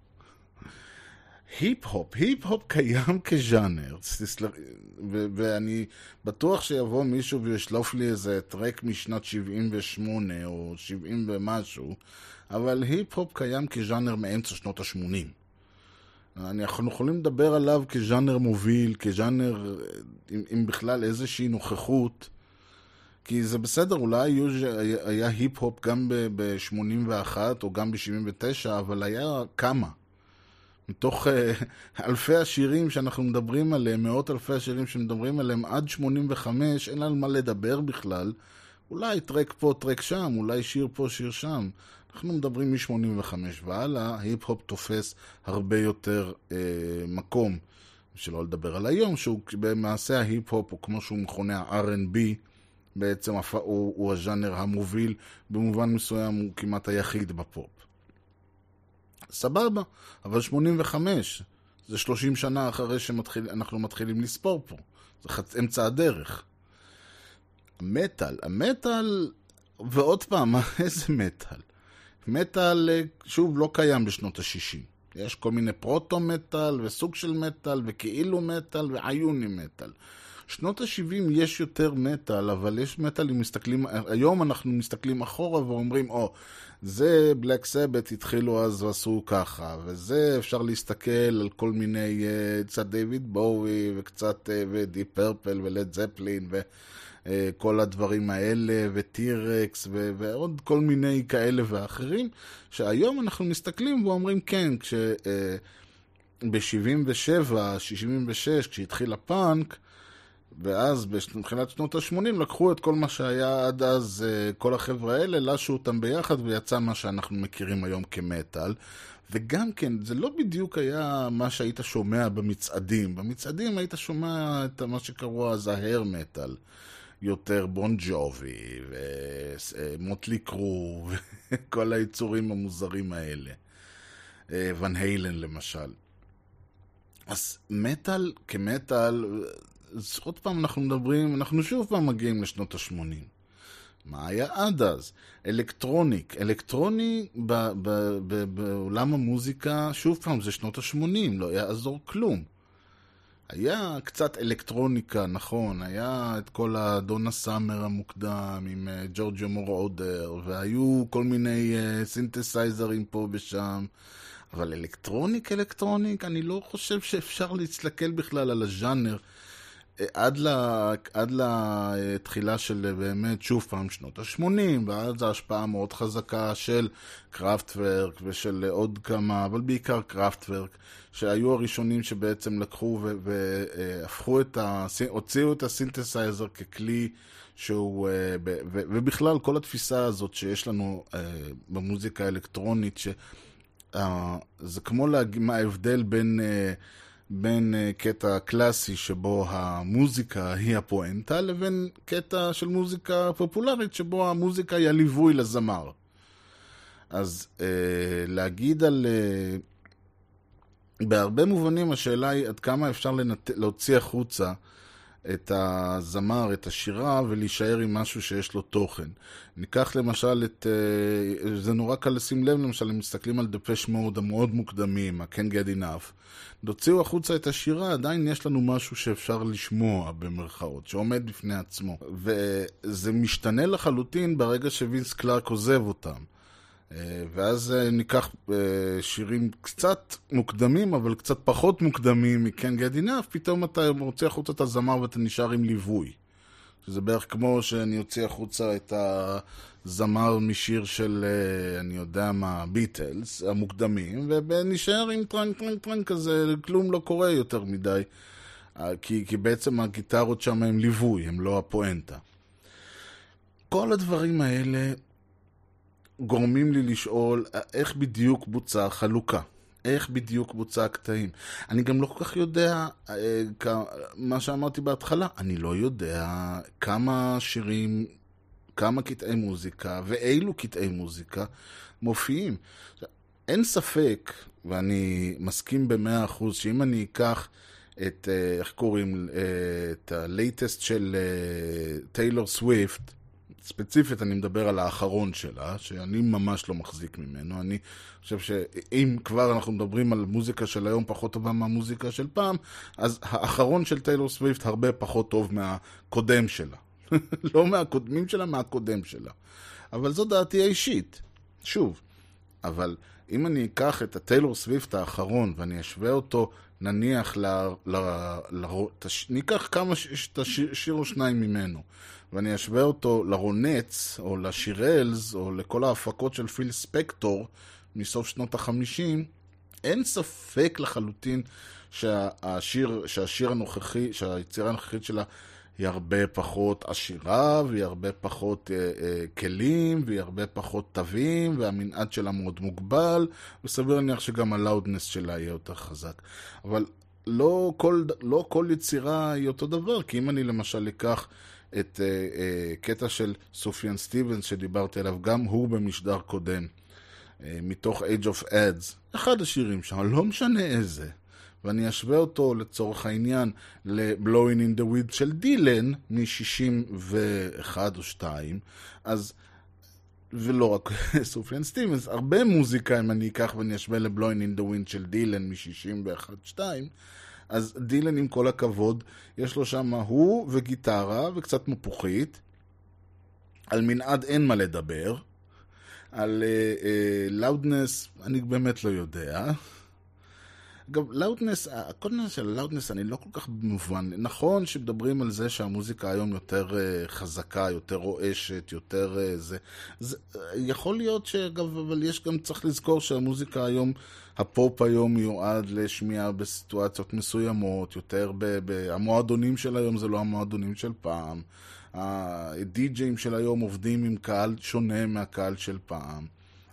היפ-הופ, היפ-הופ קיים כז'אנר, ו- ואני בטוח שיבוא מישהו וישלוף לי איזה טרק משנת שבעים ושמונה או שבעים ומשהו, אבל היפ-הופ קיים כז'אנר מאמצע שנות ה-שמונים. אנחנו יכולים לדבר עליו כז'אנר מוביל, כז'אנר עם, עם בכלל איזושהי נוכחות, כי זה בסדר, אולי היה היפ-הופ גם ב-שמונים ואחת או גם ב-שבעים ותשע, אבל היה כמה. מתוך uh, אלפי השירים שאנחנו מדברים עליהם, מאות אלפי השירים שמדברים עליהם עד שמונים וחמש, אין לנו מה לדבר בכלל. אולי טרק פה, טרק שם, אולי שיר פה, שיר שם. אנחנו מדברים מ-שמונים וחמש והלאה, היפ-הופ תופס הרבה יותר uh, מקום. שלא לדבר על היום, שהוא במעשה ההיפ-הופ, הוא כמו שהוא מכונה ה-אר אנד בי, בעצם הוא, הוא הז'אנר המוביל, במובן מסוים הוא כמעט היחיד בפופ. סבבה, אבל שמונים וחמש, זה שלושים שנה אחרי שאנחנו מתחילים לספור פה. זה חצ... אמצע הדרך. המטל, המטל, ועוד פעם, איזה מטל? מטל, שוב, לא קיים בשנות ה-שישים. יש כל מיני פרוטו-מטל, וסוג של מטל, וכאילו מטל, ועיוני מטל. שנות ה-שבעים יש יותר מטל, אבל יש מטל, אם מסתכלים, היום אנחנו מסתכלים אחורה ואומרים, או, זה בלק סבת התחילו אז ועשו ככה, וזה אפשר להסתכל על כל מיני, קצת דיוויד בואי, וקצת ודי פרפל ולד זפלין, וכל הדברים האלה, וטירקס, ועוד כל מיני כאלה ואחרים, שהיום אנחנו מסתכלים ואומרים, כן, כש... ב-שבעים ושבע, שישים ושש, כשהתחיל הפאנק, ואז בתחילת שנות ה-שמונים לקחו את כל מה שהיה עד אז, כל החבר'ה האלה, לשו אותם ביחד ויצא מה שאנחנו מכירים היום כמטל. וגם כן, זה לא בדיוק היה מה שהיית שומע במצעדים. במצעדים היית שומע את מה שקראו אז ההר מטל. יותר בון ג'ובי ומוטלי קרו וכל היצורים המוזרים האלה. ון היילן למשל. אז מטל כמטל... אז עוד פעם אנחנו מדברים, אנחנו שוב פעם מגיעים לשנות ה-שמונים. מה היה עד אז? אלקטרוניק. אלקטרוני ב- ב- ב- בעולם המוזיקה, שוב פעם, זה שנות ה-שמונים, לא יעזור כלום. היה קצת אלקטרוניקה, נכון, היה את כל הדונה סאמר המוקדם עם ג'ורג'ו מורדר, והיו כל מיני סינתסייזרים פה ושם, אבל אלקטרוניק, אלקטרוניק, אני לא חושב שאפשר להסתכל בכלל על הז'אנר, עד, לה, עד לתחילה של באמת שוב פעם שנות ה-שמונים, ואז ההשפעה מאוד חזקה של קראפטוורק ושל עוד כמה, אבל בעיקר קראפטוורק, שהיו הראשונים שבעצם לקחו והפכו את ה... הוציאו את הסינתסייזר ככלי שהוא... ובכלל כל התפיסה הזאת שיש לנו במוזיקה האלקטרונית, שזה כמו להגיד מה ההבדל בין... בין uh, קטע קלאסי שבו המוזיקה היא הפואנטה, לבין קטע של מוזיקה פופולרית שבו המוזיקה היא הליווי לזמר. אז uh, להגיד על... Uh, בהרבה מובנים השאלה היא עד כמה אפשר לנת... להוציא החוצה את הזמר, את השירה, ולהישאר עם משהו שיש לו תוכן. ניקח למשל את... זה נורא קל לשים לב, למשל, אם מסתכלים על דפש מוד המאוד מוקדמים, ה-Can't Get Enough, נוציאו החוצה את השירה, עדיין יש לנו משהו שאפשר לשמוע במרכאות, שעומד בפני עצמו. וזה משתנה לחלוטין ברגע שווינס קלארק עוזב אותם. ואז ניקח שירים קצת מוקדמים, אבל קצת פחות מוקדמים מ-Can't Get Enough, פתאום אתה מוציא החוצה את הזמר ואתה נשאר עם ליווי. שזה בערך כמו שאני אוציא החוצה את הזמר משיר של, אני יודע מה, ביטלס, המוקדמים, ונשאר עם טרנק טרנק טרנק כזה, כלום לא קורה יותר מדי, כי, כי בעצם הגיטרות שם הם ליווי, הם לא הפואנטה. כל הדברים האלה גורמים לי לשאול איך בדיוק בוצע חלוקה, איך בדיוק בוצע הקטעים. אני גם לא כל כך יודע, מה שאמרתי בהתחלה, אני לא יודע כמה שירים, כמה קטעי מוזיקה ואילו קטעי מוזיקה מופיעים. אין ספק, ואני מסכים במאה אחוז, שאם אני אקח את, איך קוראים, את הלייטסט של טיילור סוויפט, ספציפית אני מדבר על האחרון שלה, שאני ממש לא מחזיק ממנו. אני חושב שאם כבר אנחנו מדברים על מוזיקה של היום פחות טובה מהמוזיקה של פעם, אז האחרון של טיילור סוויפט הרבה פחות טוב מהקודם שלה. לא מהקודמים שלה, מהקודם שלה. אבל זו דעתי האישית. שוב, אבל אם אני אקח את הטיילור סוויפט האחרון ואני אשווה אותו, נניח ל... ל... ל... תש... ניקח כמה ש... תשיר, שיר או שניים ממנו, ואני אשווה אותו לרונץ, או לשירלס, או לכל ההפקות של פיל ספקטור, מסוף שנות החמישים, אין ספק לחלוטין שהשיר, שהשיר הנוכחי, שהיצירה הנוכחית שלה, היא הרבה פחות עשירה, והיא הרבה פחות אה, אה, כלים, והיא הרבה פחות תווים, והמנעד שלה מאוד מוגבל, וסביר להניח שגם הלאודנס שלה יהיה יותר חזק. אבל לא כל, לא כל יצירה היא אותו דבר, כי אם אני למשל אקח את אה, אה, קטע של סופיאן סטיבנס שדיברתי עליו, גם הוא במשדר קודם, אה, מתוך Age of Ads, אחד השירים שם, לא משנה איזה, ואני אשווה אותו לצורך העניין ל-Blowing in the Wind של דילן מ-שישים ואחת או שתיים, אז, ולא רק סופיאן סטיבנס, הרבה מוזיקה אם אני אקח ואני אשווה ל-Blowing in the Wind של דילן מ-שישים ואחת שתיים, אז דילן עם כל הכבוד, יש לו שם הוא וגיטרה וקצת מפוחית, על מנעד אין מה לדבר, על לאודנס uh, uh, אני באמת לא יודע, אגב, לאודנס, הקודנס של לאודנס אני לא כל כך במובן. נכון שמדברים על זה שהמוזיקה היום יותר uh, חזקה, יותר רועשת, יותר uh, זה. זה. יכול להיות שאגב, אבל יש גם צריך לזכור שהמוזיקה היום, הפופ היום מיועד לשמיעה בסיטואציות מסוימות, יותר ב... ב המועדונים של היום זה לא המועדונים של פעם. הדי-ג'ים של היום עובדים עם קהל שונה מהקהל של פעם.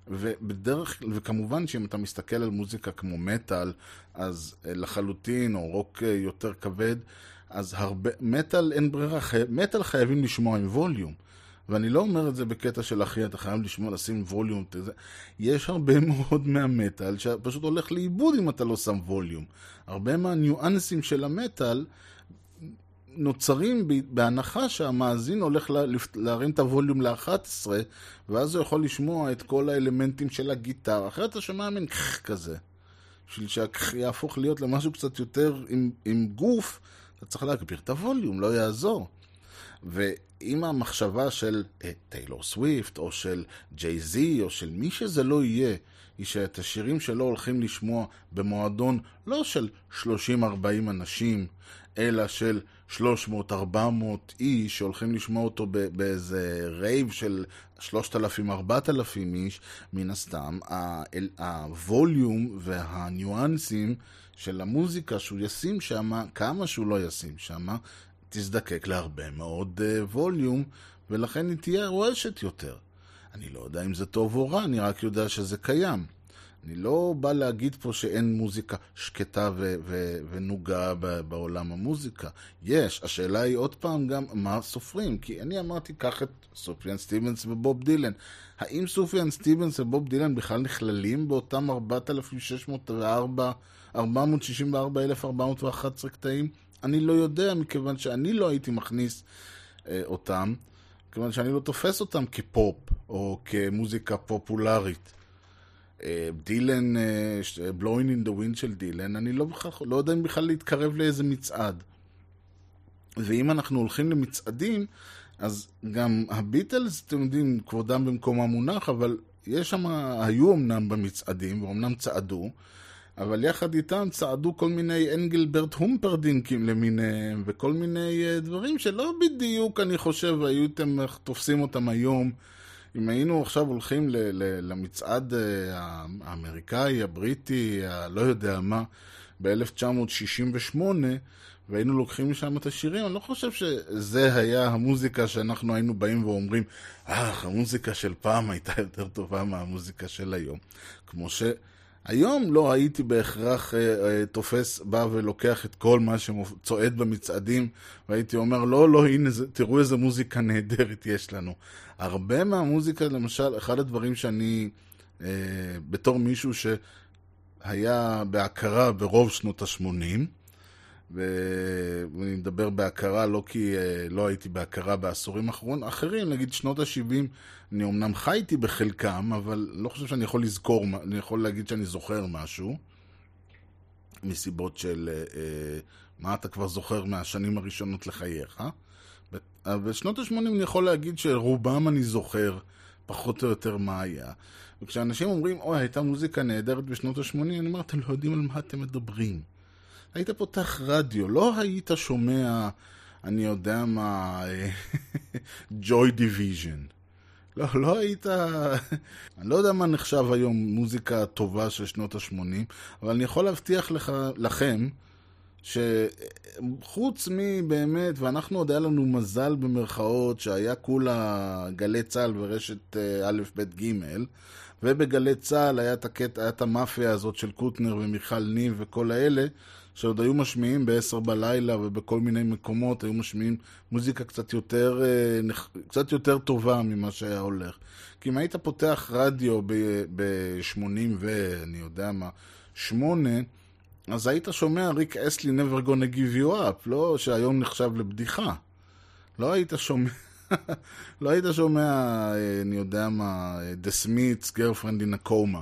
ובדרך, וכמובן שאם אתה מסתכל על מוזיקה כמו מטל, אז לחלוטין, או רוק יותר כבד, אז הרבה, מטל אין ברירה, חי, מטל חייבים לשמוע עם ווליום. ואני לא אומר את זה בקטע של אחי, אתה חייב לשמוע, לשים ווליום. תזה. יש הרבה מאוד מהמטל שפשוט הולך לאיבוד אם אתה לא שם ווליום. הרבה מהניואנסים של המטל נוצרים בהנחה שהמאזין הולך להרים את הווליום ל-אחת עשרה, ואז הוא יכול לשמוע את כל האלמנטים של הגיטר. אחרת אתה שומע מין כח כזה. בשביל שהכח יהפוך להיות למשהו קצת יותר עם, עם גוף, אתה צריך להגביר את הווליום, לא יעזור. ואם המחשבה של אה, טיילור סוויפט, או של ג'יי-זי, או של מי שזה לא יהיה, היא שאת השירים שלו הולכים לשמוע במועדון לא של שלושים ארבעים אנשים, אלא של שלוש מאות ארבע מאות איש שהולכים לשמוע אותו באיזה רייב של שלושת אלפים ארבעת אלפים איש, מן הסתם, הווליום והניואנסים של המוזיקה שהוא ישים שם, כמה שהוא לא ישים שם, תזדקק להרבה מאוד ווליום, ולכן היא תהיה רועשת יותר. אני לא יודע אם זה טוב או רע, אני רק יודע שזה קיים. אני לא בא להגיד פה שאין מוזיקה שקטה ו- ו- ונוגה ב- בעולם המוזיקה. יש, השאלה היא עוד פעם גם מה סופרים, כי אני אמרתי קח את סופיאן סטיבנס ובוב דילן. האם סופיאן סטיבנס ובוב דילן בכלל נכללים באותם ארבעת אלפים שש מאות וארבע, ארבע מאות שישים וארבע אלף ארבע מאות ואחת עשרה קטעים? אני לא יודע, מכיוון שאני לא הייתי מכניס אה, אותם, כיוון שאני לא תופס אותם כפופ או כמוזיקה פופולרית. דילן, בלואין אין דה ווינד של דילן, אני לא, בכלל, לא יודע אם בכלל להתקרב לאיזה מצעד. ואם אנחנו הולכים למצעדים, אז גם הביטלס, אתם יודעים, כבודם במקום המונח, אבל יש שם, היו אמנם במצעדים, ואומנם צעדו, אבל יחד איתם צעדו כל מיני אנגלברט הומפרדינקים למיניהם, וכל מיני דברים שלא בדיוק, אני חושב, הייתם תופסים אותם היום. אם היינו עכשיו הולכים ל- ל- למצעד האמריקאי, הבריטי, הלא יודע מה, ב-אלף תשע מאות שישים ושמונה, והיינו לוקחים משם את השירים, אני לא חושב שזה היה המוזיקה שאנחנו היינו באים ואומרים, אה, המוזיקה של פעם הייתה יותר טובה מהמוזיקה של היום. כמו שהיום לא הייתי בהכרח אה, אה, תופס, בא ולוקח את כל מה שצועד במצעדים, והייתי אומר, לא, לא, הנה, זה, תראו איזה מוזיקה נהדרת יש לנו. הרבה מהמוזיקה, למשל, אחד הדברים שאני, אה, בתור מישהו שהיה בהכרה ברוב שנות ה-שמונים, ואני מדבר בהכרה לא כי אה, לא הייתי בהכרה בעשורים האחרונים, אחרים, נגיד שנות ה-שבעים, אני אומנם חייתי בחלקם, אבל לא חושב שאני יכול לזכור, אני יכול להגיד שאני זוכר משהו, מסיבות של אה, מה אתה כבר זוכר מהשנים הראשונות לחייך, אה? בשנות ה-שמונים אני יכול להגיד שרובם אני זוכר פחות או יותר מה היה. וכשאנשים אומרים, אוי, הייתה מוזיקה נהדרת בשנות ה-שמונים, אני אומר, אתם לא יודעים על מה אתם מדברים. היית פותח רדיו, לא היית שומע, אני יודע מה, Joy Division. לא, לא היית, אני לא יודע מה נחשב היום מוזיקה טובה של שנות ה-שמונים, אבל אני יכול להבטיח לך, לכם, שחוץ מבאמת, ואנחנו עוד היה לנו מזל במרכאות, שהיה כולה גלי צהל ורשת א' ב' ג', ובגלי צהל היה את הקטע, היה את המאפיה הזאת של קוטנר ומיכל ניב וכל האלה, שעוד היו משמיעים בעשר בלילה ובכל מיני מקומות, היו משמיעים מוזיקה קצת יותר, קצת יותר טובה ממה שהיה הולך. כי אם היית פותח רדיו ב-שמונים ואני יודע מה, שמונה, אז היית שומע ריק אסלי never gonna give you up, לא שהיום נחשב לבדיחה. לא היית שומע, לא היית שומע, אני יודע מה, The Smiths, Girlfriend in a Coma.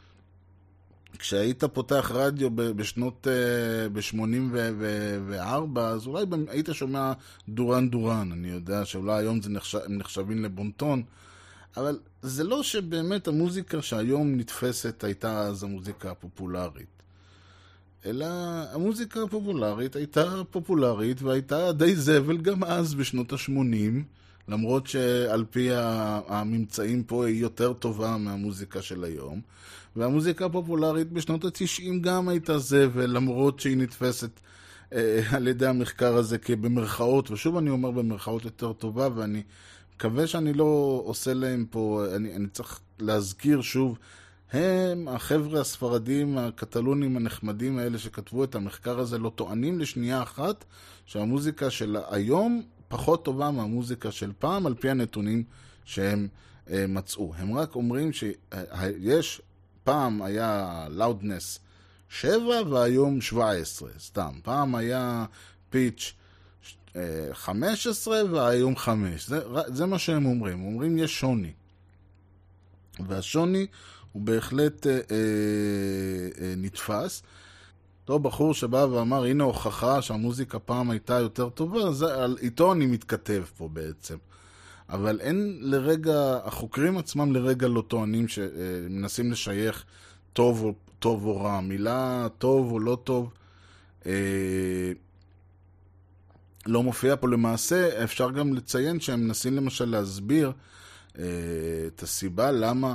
כשהיית פותח רדיו בשנות, ב-שמונים וארבע, אז אולי היית שומע דורן דורן. אני יודע שאולי היום זה נחשב, הם נחשבים לבונטון, אבל זה לא שבאמת המוזיקה שהיום נתפסת הייתה אז המוזיקה הפופולרית. אלא המוזיקה הפופולרית הייתה פופולרית והייתה די זבל גם אז בשנות ה-שמונים, למרות שעל פי הממצאים פה היא יותר טובה מהמוזיקה של היום. והמוזיקה הפופולרית בשנות ה-תשעים גם הייתה זבל, למרות שהיא נתפסת אה, על ידי המחקר הזה כבמרכאות, ושוב אני אומר במרכאות יותר טובה, ואני מקווה שאני לא עושה להם פה, אני, אני צריך להזכיר שוב, הם, החבר'ה הספרדים, הקטלונים הנחמדים האלה שכתבו את המחקר הזה, לא טוענים לשנייה אחת שהמוזיקה של היום פחות טובה מהמוזיקה של פעם, על פי הנתונים שהם אה, מצאו. הם רק אומרים שיש, פעם היה loudness שבע והיום שבע עשרה, סתם. פעם היה pitch אה, חמש עשרה והיום חמש. זה, זה מה שהם אומרים. הם אומרים יש שוני. והשוני הוא בהחלט אה, אה, נתפס. אותו בחור שבא ואמר, הנה הוכחה שהמוזיקה פעם הייתה יותר טובה, זה, על, איתו אני מתכתב פה בעצם. אבל אין לרגע, החוקרים עצמם לרגע לא טוענים שמנסים לשייך טוב או, טוב או רע. מילה טוב או לא טוב אה, לא מופיע פה. למעשה אפשר גם לציין שהם מנסים למשל להסביר אה, את הסיבה למה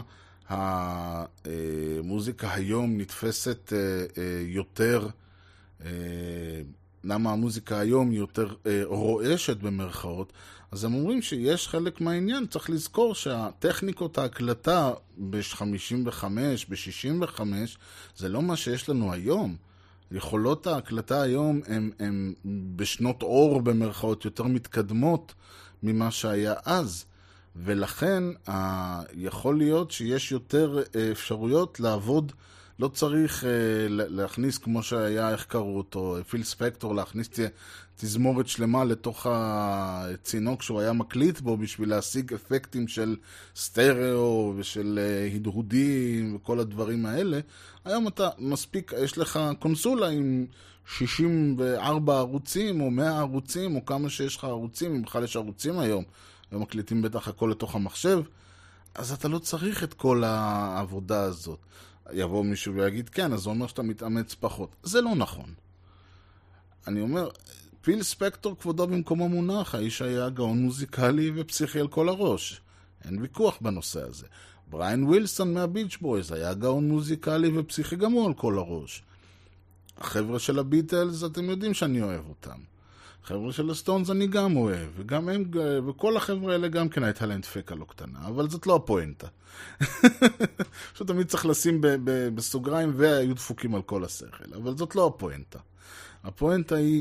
המוזיקה היום נתפסת יותר, למה המוזיקה היום היא יותר אה, רועשת במרכאות, אז הם אומרים שיש חלק מהעניין, צריך לזכור שהטכניקות ההקלטה ב-חמישים וחמש, ב-שישים וחמש, זה לא מה שיש לנו היום. יכולות ההקלטה היום הם, הם בשנות אור במרכאות יותר מתקדמות ממה שהיה אז. ולכן ה... יכול להיות שיש יותר אפשרויות לעבוד, לא צריך uh, להכניס כמו שהיה, איך קראו אותו, פיל ספקטור, להכניס תזמורת שלמה לתוך הצינוק שהוא היה מקליט בו בשביל להשיג אפקטים של סטריאו ושל uh, הדהודים וכל הדברים האלה. היום אתה מספיק, יש לך קונסולה עם שישים וארבע ערוצים או מאה ערוצים או כמה שיש לך ערוצים, אם בכלל יש ערוצים היום, הם מקליטים בטח הכל לתוך המחשב, אז אתה לא צריך את כל העבודה הזאת. יבוא מישהו ויגיד כן, אז הוא אומר שאתה מתאמץ פחות. זה לא נכון. אני אומר, פיל ספקטור כבודו במקומו מונח, האיש היה גאון מוזיקלי ופסיכי על כל הראש. אין ויכוח בנושא הזה. בריין ווילסון מהביץ' בויז היה גאון מוזיקלי ופסיכי גם הוא על כל הראש. החבר'ה של הביטלס, אתם יודעים שאני אוהב אותם. החבר'ה של הסטונס אני גם אוהב, וגם הם, וכל החבר'ה האלה גם כן הייתה להם דפקה לא קטנה, אבל זאת לא הפואנטה. פשוט תמיד צריך לשים ב- ב- בסוגריים והיו דפוקים על כל השכל, אבל זאת לא הפואנטה. הפואנטה היא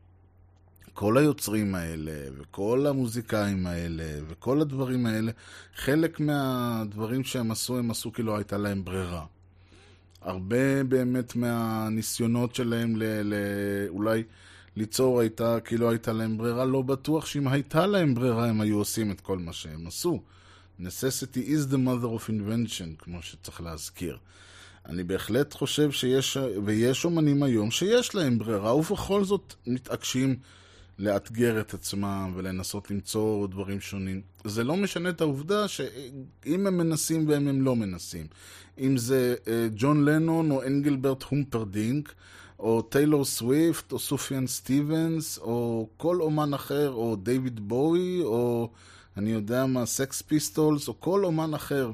כל היוצרים האלה, וכל המוזיקאים האלה, וכל הדברים האלה, חלק מהדברים שהם עשו, הם עשו כי לא הייתה להם ברירה. הרבה באמת מהניסיונות שלהם ל- ל- אולי ליצור הייתה, כי לא הייתה להם ברירה, לא בטוח שאם הייתה להם ברירה הם היו עושים את כל מה שהם עשו. Necessity is the mother of invention, כמו שצריך להזכיר. אני בהחלט חושב שיש, ויש אומנים היום שיש להם ברירה, ובכל זאת מתעקשים לאתגר את עצמם ולנסות למצוא דברים שונים. זה לא משנה את העובדה שאם הם מנסים והם הם לא מנסים. אם זה ג'ון לנון או אנגלברט הומפרדינק, או טיילור סוויפט, או סופיאן סטיבנס, או כל אומן אחר, או דיוויד בואי, או אני יודע מה, סקס פיסטולס, או כל אומן אחר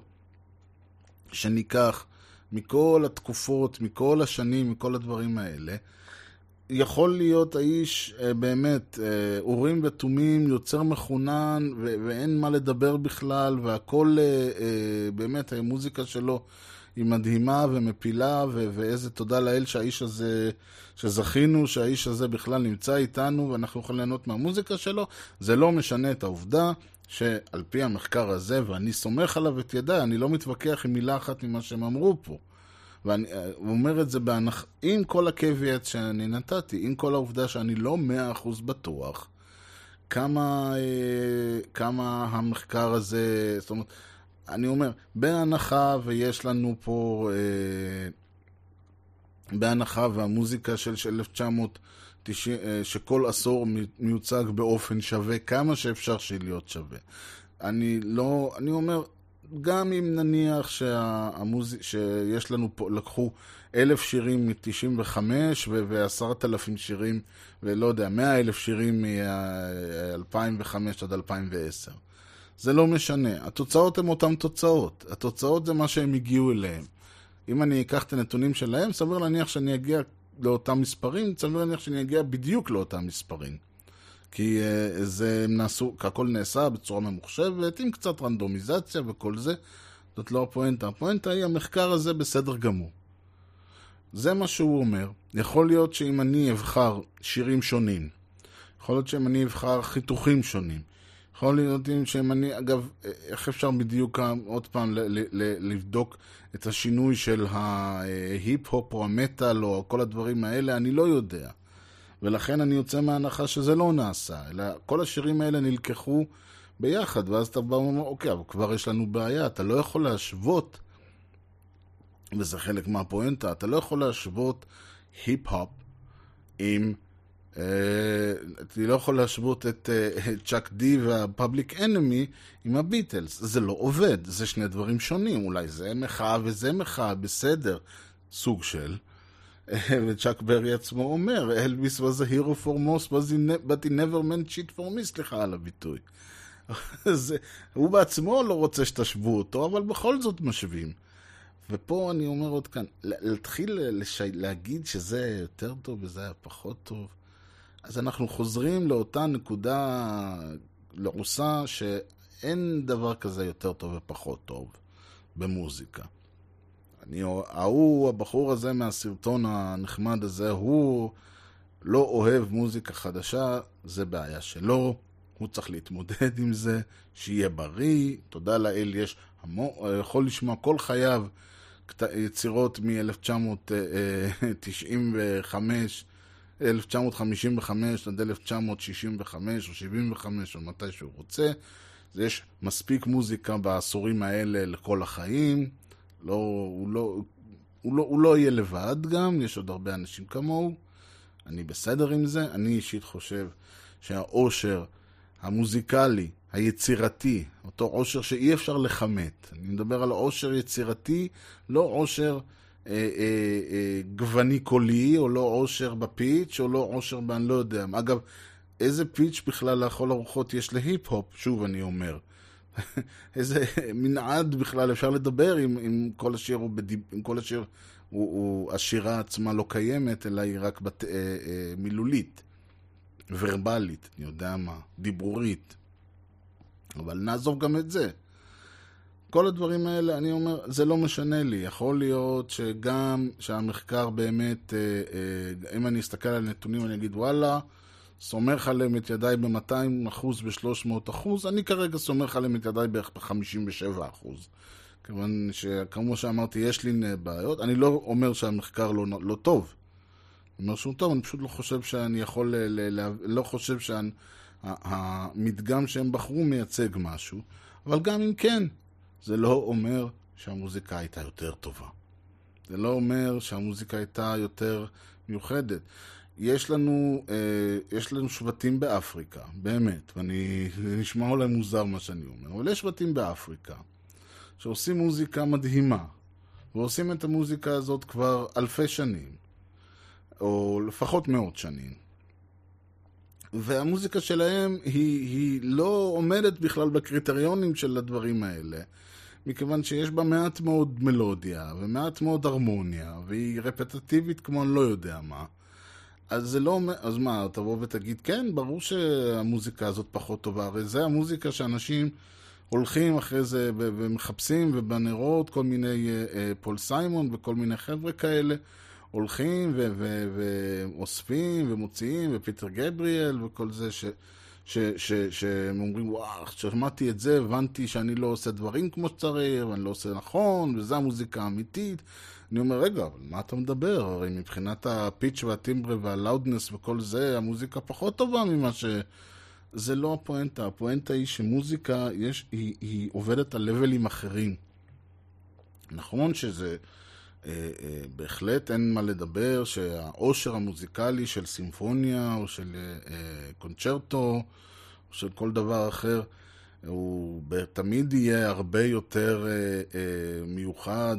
שניקח מכל התקופות, מכל השנים, מכל הדברים האלה, יכול להיות האיש באמת אורים ותומים, יוצר מחונן, ו- ואין מה לדבר בכלל, והכל באמת, המוזיקה שלו היא מדהימה ומפילה, ו- ואיזה תודה לאל שהאיש הזה, שזכינו שהאיש הזה בכלל נמצא איתנו, ואנחנו יכולים ליהנות מהמוזיקה שלו. זה לא משנה את העובדה שעל פי המחקר הזה, ואני סומך עליו את ידיי, אני לא מתווכח עם מילה אחת ממה שהם אמרו פה. ואני אומר את זה בהנח... עם כל הקוויאט שאני נתתי, עם כל העובדה שאני לא מאה אחוז בטוח, כמה, כמה המחקר הזה, זאת אומרת, אני אומר, בהנחה ויש לנו פה, בהנחה והמוזיקה של, של אלף תשע מאות תשעים, שכל עשור מיוצג באופן שווה, כמה שאפשר להיות שווה. אני לא, אני אומר, גם אם נניח שהמוזיק, שיש לנו פה, לקחו אלף שירים מ-תשעים וחמש ועשרת אלפים שירים, ולא יודע, מאה אלף שירים מ-אלפיים וחמש עד אלפיים ועשר. זה לא משנה. התוצאות הן אותן תוצאות. התוצאות זה מה שהם הגיעו אליהם. אם אני אקח את הנתונים שלהם, סביר להניח שאני אגיע לאותם מספרים, סביר להניח שאני אגיע בדיוק לאותם מספרים. כי uh, זה נעשו, הכל נעשה בצורה ממוחשבת, עם קצת רנדומיזציה וכל זה. זאת לא הפואנטה. הפואנטה היא המחקר הזה בסדר גמור. זה מה שהוא אומר. יכול להיות שאם אני אבחר שירים שונים, יכול להיות שאם אני אבחר חיתוכים שונים, יכול להיות שאם אני, אגב, איך אפשר בדיוק עוד פעם ל- ל- ל- לבדוק את השינוי של ההיפ-הופ או המטל או כל הדברים האלה, אני לא יודע. ולכן אני יוצא מההנחה שזה לא נעשה, אלא כל השירים האלה נלקחו ביחד, ואז אתה בא ואומר, אוקיי, אבל כבר יש לנו בעיה, אתה לא יכול להשוות, וזה חלק מהפואנטה, אתה לא יכול להשוות היפ-הופ עם, אה, אתה לא יכול להשוות את אה, צ'אק די והפאבליק אנמי עם הביטלס, זה לא עובד, זה שני דברים שונים, אולי זה מחאה וזה מחאה, בסדר, סוג של, וצ'אק ברי עצמו אומר, אלביס was a hero for most, but he never meant shit for me, סליחה על הביטוי. זה, הוא בעצמו לא רוצה שתשוו אותו, אבל בכל זאת משווים. ופה אני אומר עוד כאן, להתחיל לש... להגיד שזה יותר טוב וזה היה פחות טוב, אז אנחנו חוזרים לאותה נקודה לעושה שאין דבר כזה יותר טוב ופחות טוב במוזיקה. אני, ההוא, הבחור הזה מהסרטון הנחמד הזה, הוא לא אוהב מוזיקה חדשה, זה בעיה שלו, הוא צריך להתמודד עם זה, שיהיה בריא, תודה לאל, יש המו, יכול לשמוע כל חייו יצירות מ-אלף תשע מאות תשעים וחמש, אלף תשע מאות חמישים וחמש עד אלף תשע מאות שישים וחמש או שבעים וחמש או מתי שהוא רוצה. יש מספיק מוזיקה בעשורים האלה לכל החיים. לא, הוא, לא, הוא, לא, הוא לא יהיה לבד גם, יש עוד הרבה אנשים כמוהו. אני בסדר עם זה. אני אישית חושב שהאושר המוזיקלי, היצירתי, אותו עושר שאי אפשר לחמת. אני מדבר על עושר יצירתי, לא עושר אה, אה, אה, גווני קולי, או לא עושר בפיץ', או לא עושר באני לא יודע. אגב, איזה פיץ' בכלל לכל הרוחות יש להיפ-הופ? שוב אני אומר. איזה מנעד בכלל אפשר לדבר אם, אם כל השיר הוא בדיב... אם כל השיר הוא, הוא השירה עצמה לא קיימת, אלא היא רק בת... אה, אה, מילולית, ורבלית, אני יודע מה, דיברורית. אבל נעזוב גם את זה. כל הדברים האלה, אני אומר, זה לא משנה לי. יכול להיות שגם שהמחקר באמת, אה, אה, אם אני אסתכל על נתונים, אני אגיד, וואלה, סומך עליהם את ידיי ב-מאתיים אחוז, ב-שלוש מאות אחוז, אני כרגע סומך עליהם את ידיי בערך ב-חמישים ושבע אחוז. כיוון שכמו שאמרתי, יש לי בעיות. אני לא אומר שהמחקר לא, לא טוב. אני אומר שהוא טוב, אני פשוט לא חושב שאני יכול, ל- ל- לא חושב שהמדגם שהם בחרו מייצג משהו. אבל גם אם כן, זה לא אומר שהמוזיקה הייתה יותר טובה. זה לא אומר שהמוזיקה הייתה יותר מיוחדת. יש לנו, אה, יש לנו שבטים באפריקה, באמת, ואני, נשמע אולי מוזר מה שאני אומר, אבל יש שבטים באפריקה שעושים מוזיקה מדהימה, ועושים את המוזיקה הזאת כבר אלפי שנים, או לפחות מאות שנים. והמוזיקה שלהם היא, היא לא עומדת בכלל בקריטריונים של הדברים האלה, מכיוון שיש בה מעט מאוד מלודיה, ומעט מאוד הרמוניה, והיא רפטטיבית כמו אני לא יודע מה. אז זה לא, אז מה, תבוא ותגיד, כן, ברור שהמוזיקה הזאת פחות טובה, הרי זה המוזיקה שאנשים הולכים אחרי זה ומחפשים, ובנרות כל מיני פול סיימון וכל מיני חבר'ה כאלה, הולכים ואוספים ומוציאים, ופיטר גבריאל וכל זה ש... שהם אומרים, וואו, שמעתי את זה, הבנתי שאני לא עושה דברים כמו שצריך, ואני לא עושה נכון, וזו המוזיקה האמיתית. אני אומר, רגע, אבל מה אתה מדבר? הרי מבחינת הפיץ' והטימbre והלאודנס וכל זה, המוזיקה פחות טובה ממה ש... זה לא הפואנטה. הפואנטה היא שמוזיקה, יש, היא, היא עובדת על לבלים אחרים. נכון שזה... אה, אה, בהחלט אין מה לדבר שהאושר המוזיקלי של סימפוניה או של אה, קונצ'רטו או של כל דבר אחר הוא תמיד יהיה הרבה יותר אה, אה, מיוחד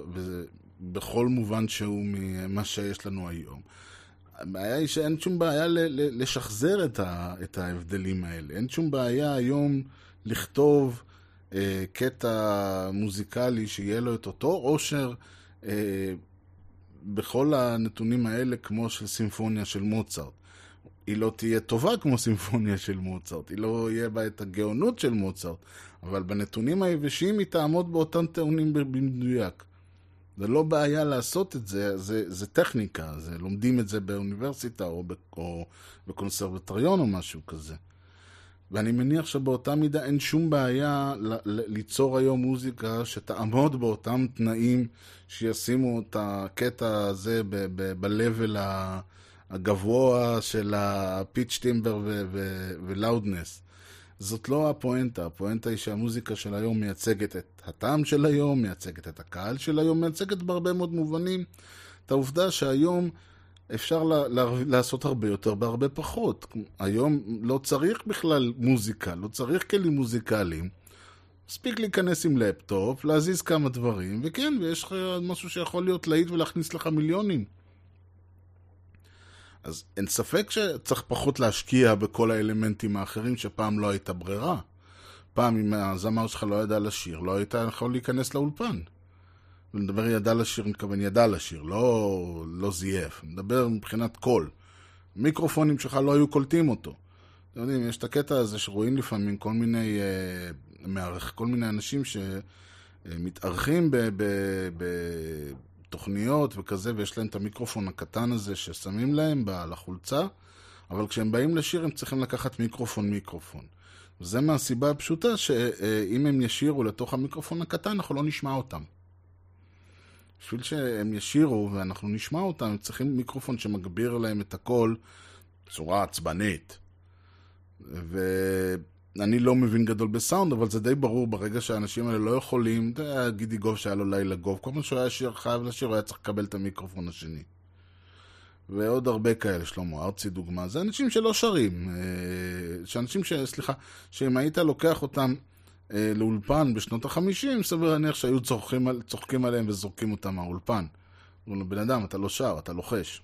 ובכל מובן שהוא ממה שיש לנו היום. הבעיה היא שאין שום בעיה ל- ל- לשחזר את, ה- את ההבדלים האלה. אין שום בעיה היום לכתוב אה, קטע מוזיקלי שיהיה לו את אותו עושר אה, בכל הנתונים האלה כמו של סימפוניה של מוצרט. היא לא תהיה טובה כמו סימפוניה של מוצרט, היא לא יהיה בה את הגאונות של מוצרט, אבל בנתונים היבשים היא תעמוד באותם טעונים במדויק. זה לא בעיה לעשות את זה, זה, זה טכניקה, זה, לומדים את זה באוניברסיטה או, או בקונסרבטוריון או משהו כזה. ואני מניח שבאותה מידה אין שום בעיה ל- ל- ליצור היום מוזיקה שתעמוד באותם תנאים שישימו את הקטע הזה ב- ב- ב-level הגבוה של הפיץ' טימבר ולאודנס. זאת לא הפואנטה. הפואנטה היא שהמוזיקה של היום מייצגת את הטעם של היום, מייצגת את הקהל של היום, מייצגת בהרבה מאוד מובנים את העובדה שהיום אפשר ל- ל- לעשות הרבה יותר בהרבה פחות. היום לא צריך בכלל מוזיקה, לא צריך כלים מוזיקליים. מספיק להיכנס עם לפטופ, להזיז כמה דברים, וכן, ויש לך משהו שיכול להיות להיט ולהכניס לך מיליונים. אז אין ספק שצריך פחות להשקיע בכל האלמנטים האחרים שפעם לא הייתה ברירה. פעם אם הזמר שלך לא ידע לשיר, לא היית יכול להיכנס לאולפן. ונדבר ידע לשיר, נתכוון ידע לשיר, לא, לא זייף. נדבר מבחינת קול. מיקרופונים שלך לא היו קולטים אותו. אתם יודעים, יש את הקטע הזה שרואים לפעמים כל מיני, אה, מערך, כל מיני אנשים שמתארחים ב, ב, בתוכניות וכזה, ויש להם את המיקרופון הקטן הזה ששמים להם לחולצה, אבל כשהם באים לשיר הם צריכים לקחת מיקרופון מיקרופון. וזה מהסיבה הפשוטה שאם הם ישירו לתוך המיקרופון הקטן, אנחנו לא נשמע אותם. בשביל שהם ישירו ואנחנו נשמע אותם, הם צריכים מיקרופון שמגביר להם את הקול בצורה עצבנית. ואני לא מבין גדול בסאונד, אבל זה די ברור ברגע שהאנשים האלה לא יכולים, זה היה גידי גוב שהיה לו לילה גוב, כל פעם שהוא היה שיר חייב לשיר, הוא היה צריך לקבל את המיקרופון השני. ועוד הרבה כאלה, שלמה ארצי דוגמה, זה אנשים שלא שרים, שאנשים ש... סליחה, שאם היית לוקח אותם לאולפן בשנות החמישים, סביר להניח שהיו צוחקים, צוחקים עליהם וזורקים אותם מהאולפן. בן אדם, אתה לא שר, אתה לוחש.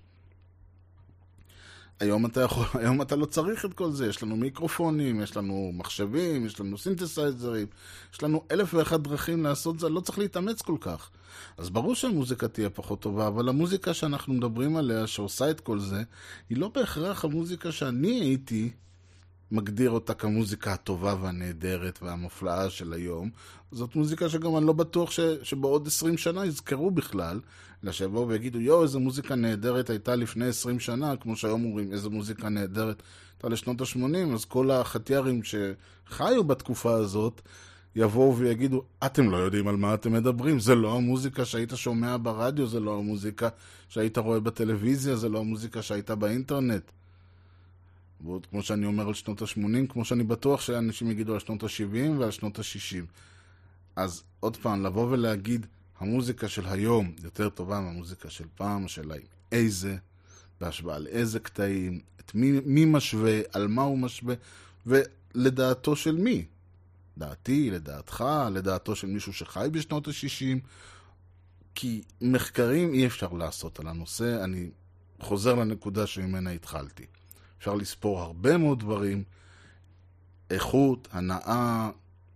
היום אתה, יכול, היום אתה לא צריך את כל זה, יש לנו מיקרופונים, יש לנו מחשבים, יש לנו סינתסייזרים, יש לנו אלף ואחת דרכים לעשות זה, לא צריך להתאמץ כל כך. אז ברור שהמוזיקה תהיה פחות טובה, אבל המוזיקה שאנחנו מדברים עליה, שעושה את כל זה, היא לא בהכרח המוזיקה שאני הייתי מגדיר אותה כמוזיקה הטובה והנהדרת והמופלאה של היום. זאת מוזיקה שגם אני לא בטוח ש, שבעוד עשרים שנה יזכרו בכלל, אלא שיבואו ויגידו, יו, איזו מוזיקה נהדרת הייתה לפני עשרים שנה, כמו שהיום אומרים, איזו מוזיקה נהדרת הייתה לשנות ה-שמונים, אז כל החתיארים שחיו בתקופה הזאת, יבואו ויגידו, אתם לא יודעים על מה אתם מדברים, זה לא המוזיקה שהיית שומע ברדיו, זה לא המוזיקה שהיית רואה בטלוויזיה, זה לא המוזיקה שהייתה באינטרנט. ועוד כמו שאני אומר על שנות ה-שמונים, כמו שאני בטוח שאנשים יגידו על שנות ה-שבעים ועל שנות ה-שישים. אז עוד פעם, לבוא ולהגיד, המוזיקה של היום יותר טובה מהמוזיקה של פעם, השאלה היא איזה, בהשוואה לאיזה קטעים, את מי, מי משווה, על מה הוא משווה, ולדעתו של מי. דעתי, לדעתך, לדעתו של מישהו שחי בשנות ה-שישים, כי מחקרים אי אפשר לעשות על הנושא, אני חוזר לנקודה שממנה התחלתי. אפשר לספור הרבה מאוד דברים, איכות, הנאה,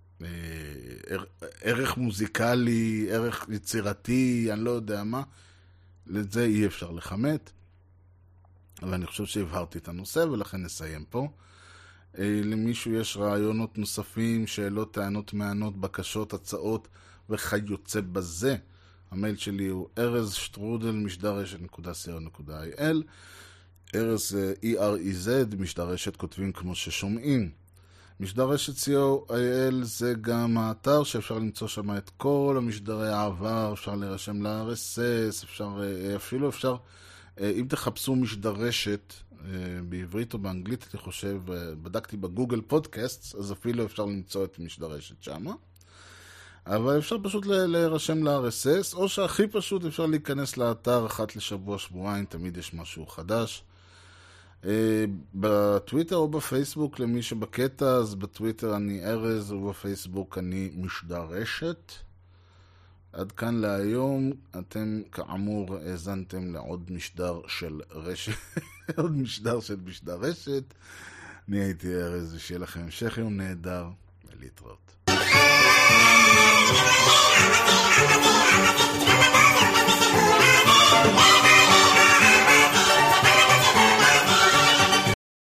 ערך מוזיקלי, ערך יצירתי, אני לא יודע מה, לזה אי אפשר לחמת, אבל אני חושב שהבהרתי את הנושא ולכן נסיים פה. למישהו יש רעיונות נוספים, שאלות, טענות, מענות, בקשות, הצעות וכיוצא בזה. המייל שלי הוא ארז שטרודל משדרשת נקודה סי או נקודה איי אל. ארז אי אר אי זד, משדרשת כותבים כמו ששומעים. משדרשת סי או איי אל זה גם האתר שאפשר למצוא שם את כל המשדרי העבר, אפשר להירשם ל-אר אס אס, אפשר, אפילו אפשר, אם תחפשו משדרשת בעברית או באנגלית, אני חושב, בדקתי בגוגל פודקאסט, אז אפילו אפשר למצוא את משדרשת שם. אבל אפשר פשוט להירשם ל-אר אס אס, או שהכי פשוט אפשר להיכנס לאתר אחת לשבוע, שבועיים, תמיד יש משהו חדש. בטוויטר או בפייסבוק, למי שבקטע, אז בטוויטר אני ארז, ובפייסבוק אני משדרשת. עד כאן להיום, אתם כאמור האזנתם לעוד משדר של רשת, עוד משדר של משדרשת. אני הייתי ארז, ושיהיה לכם המשך יום נהדר, ולהתראות. Wow.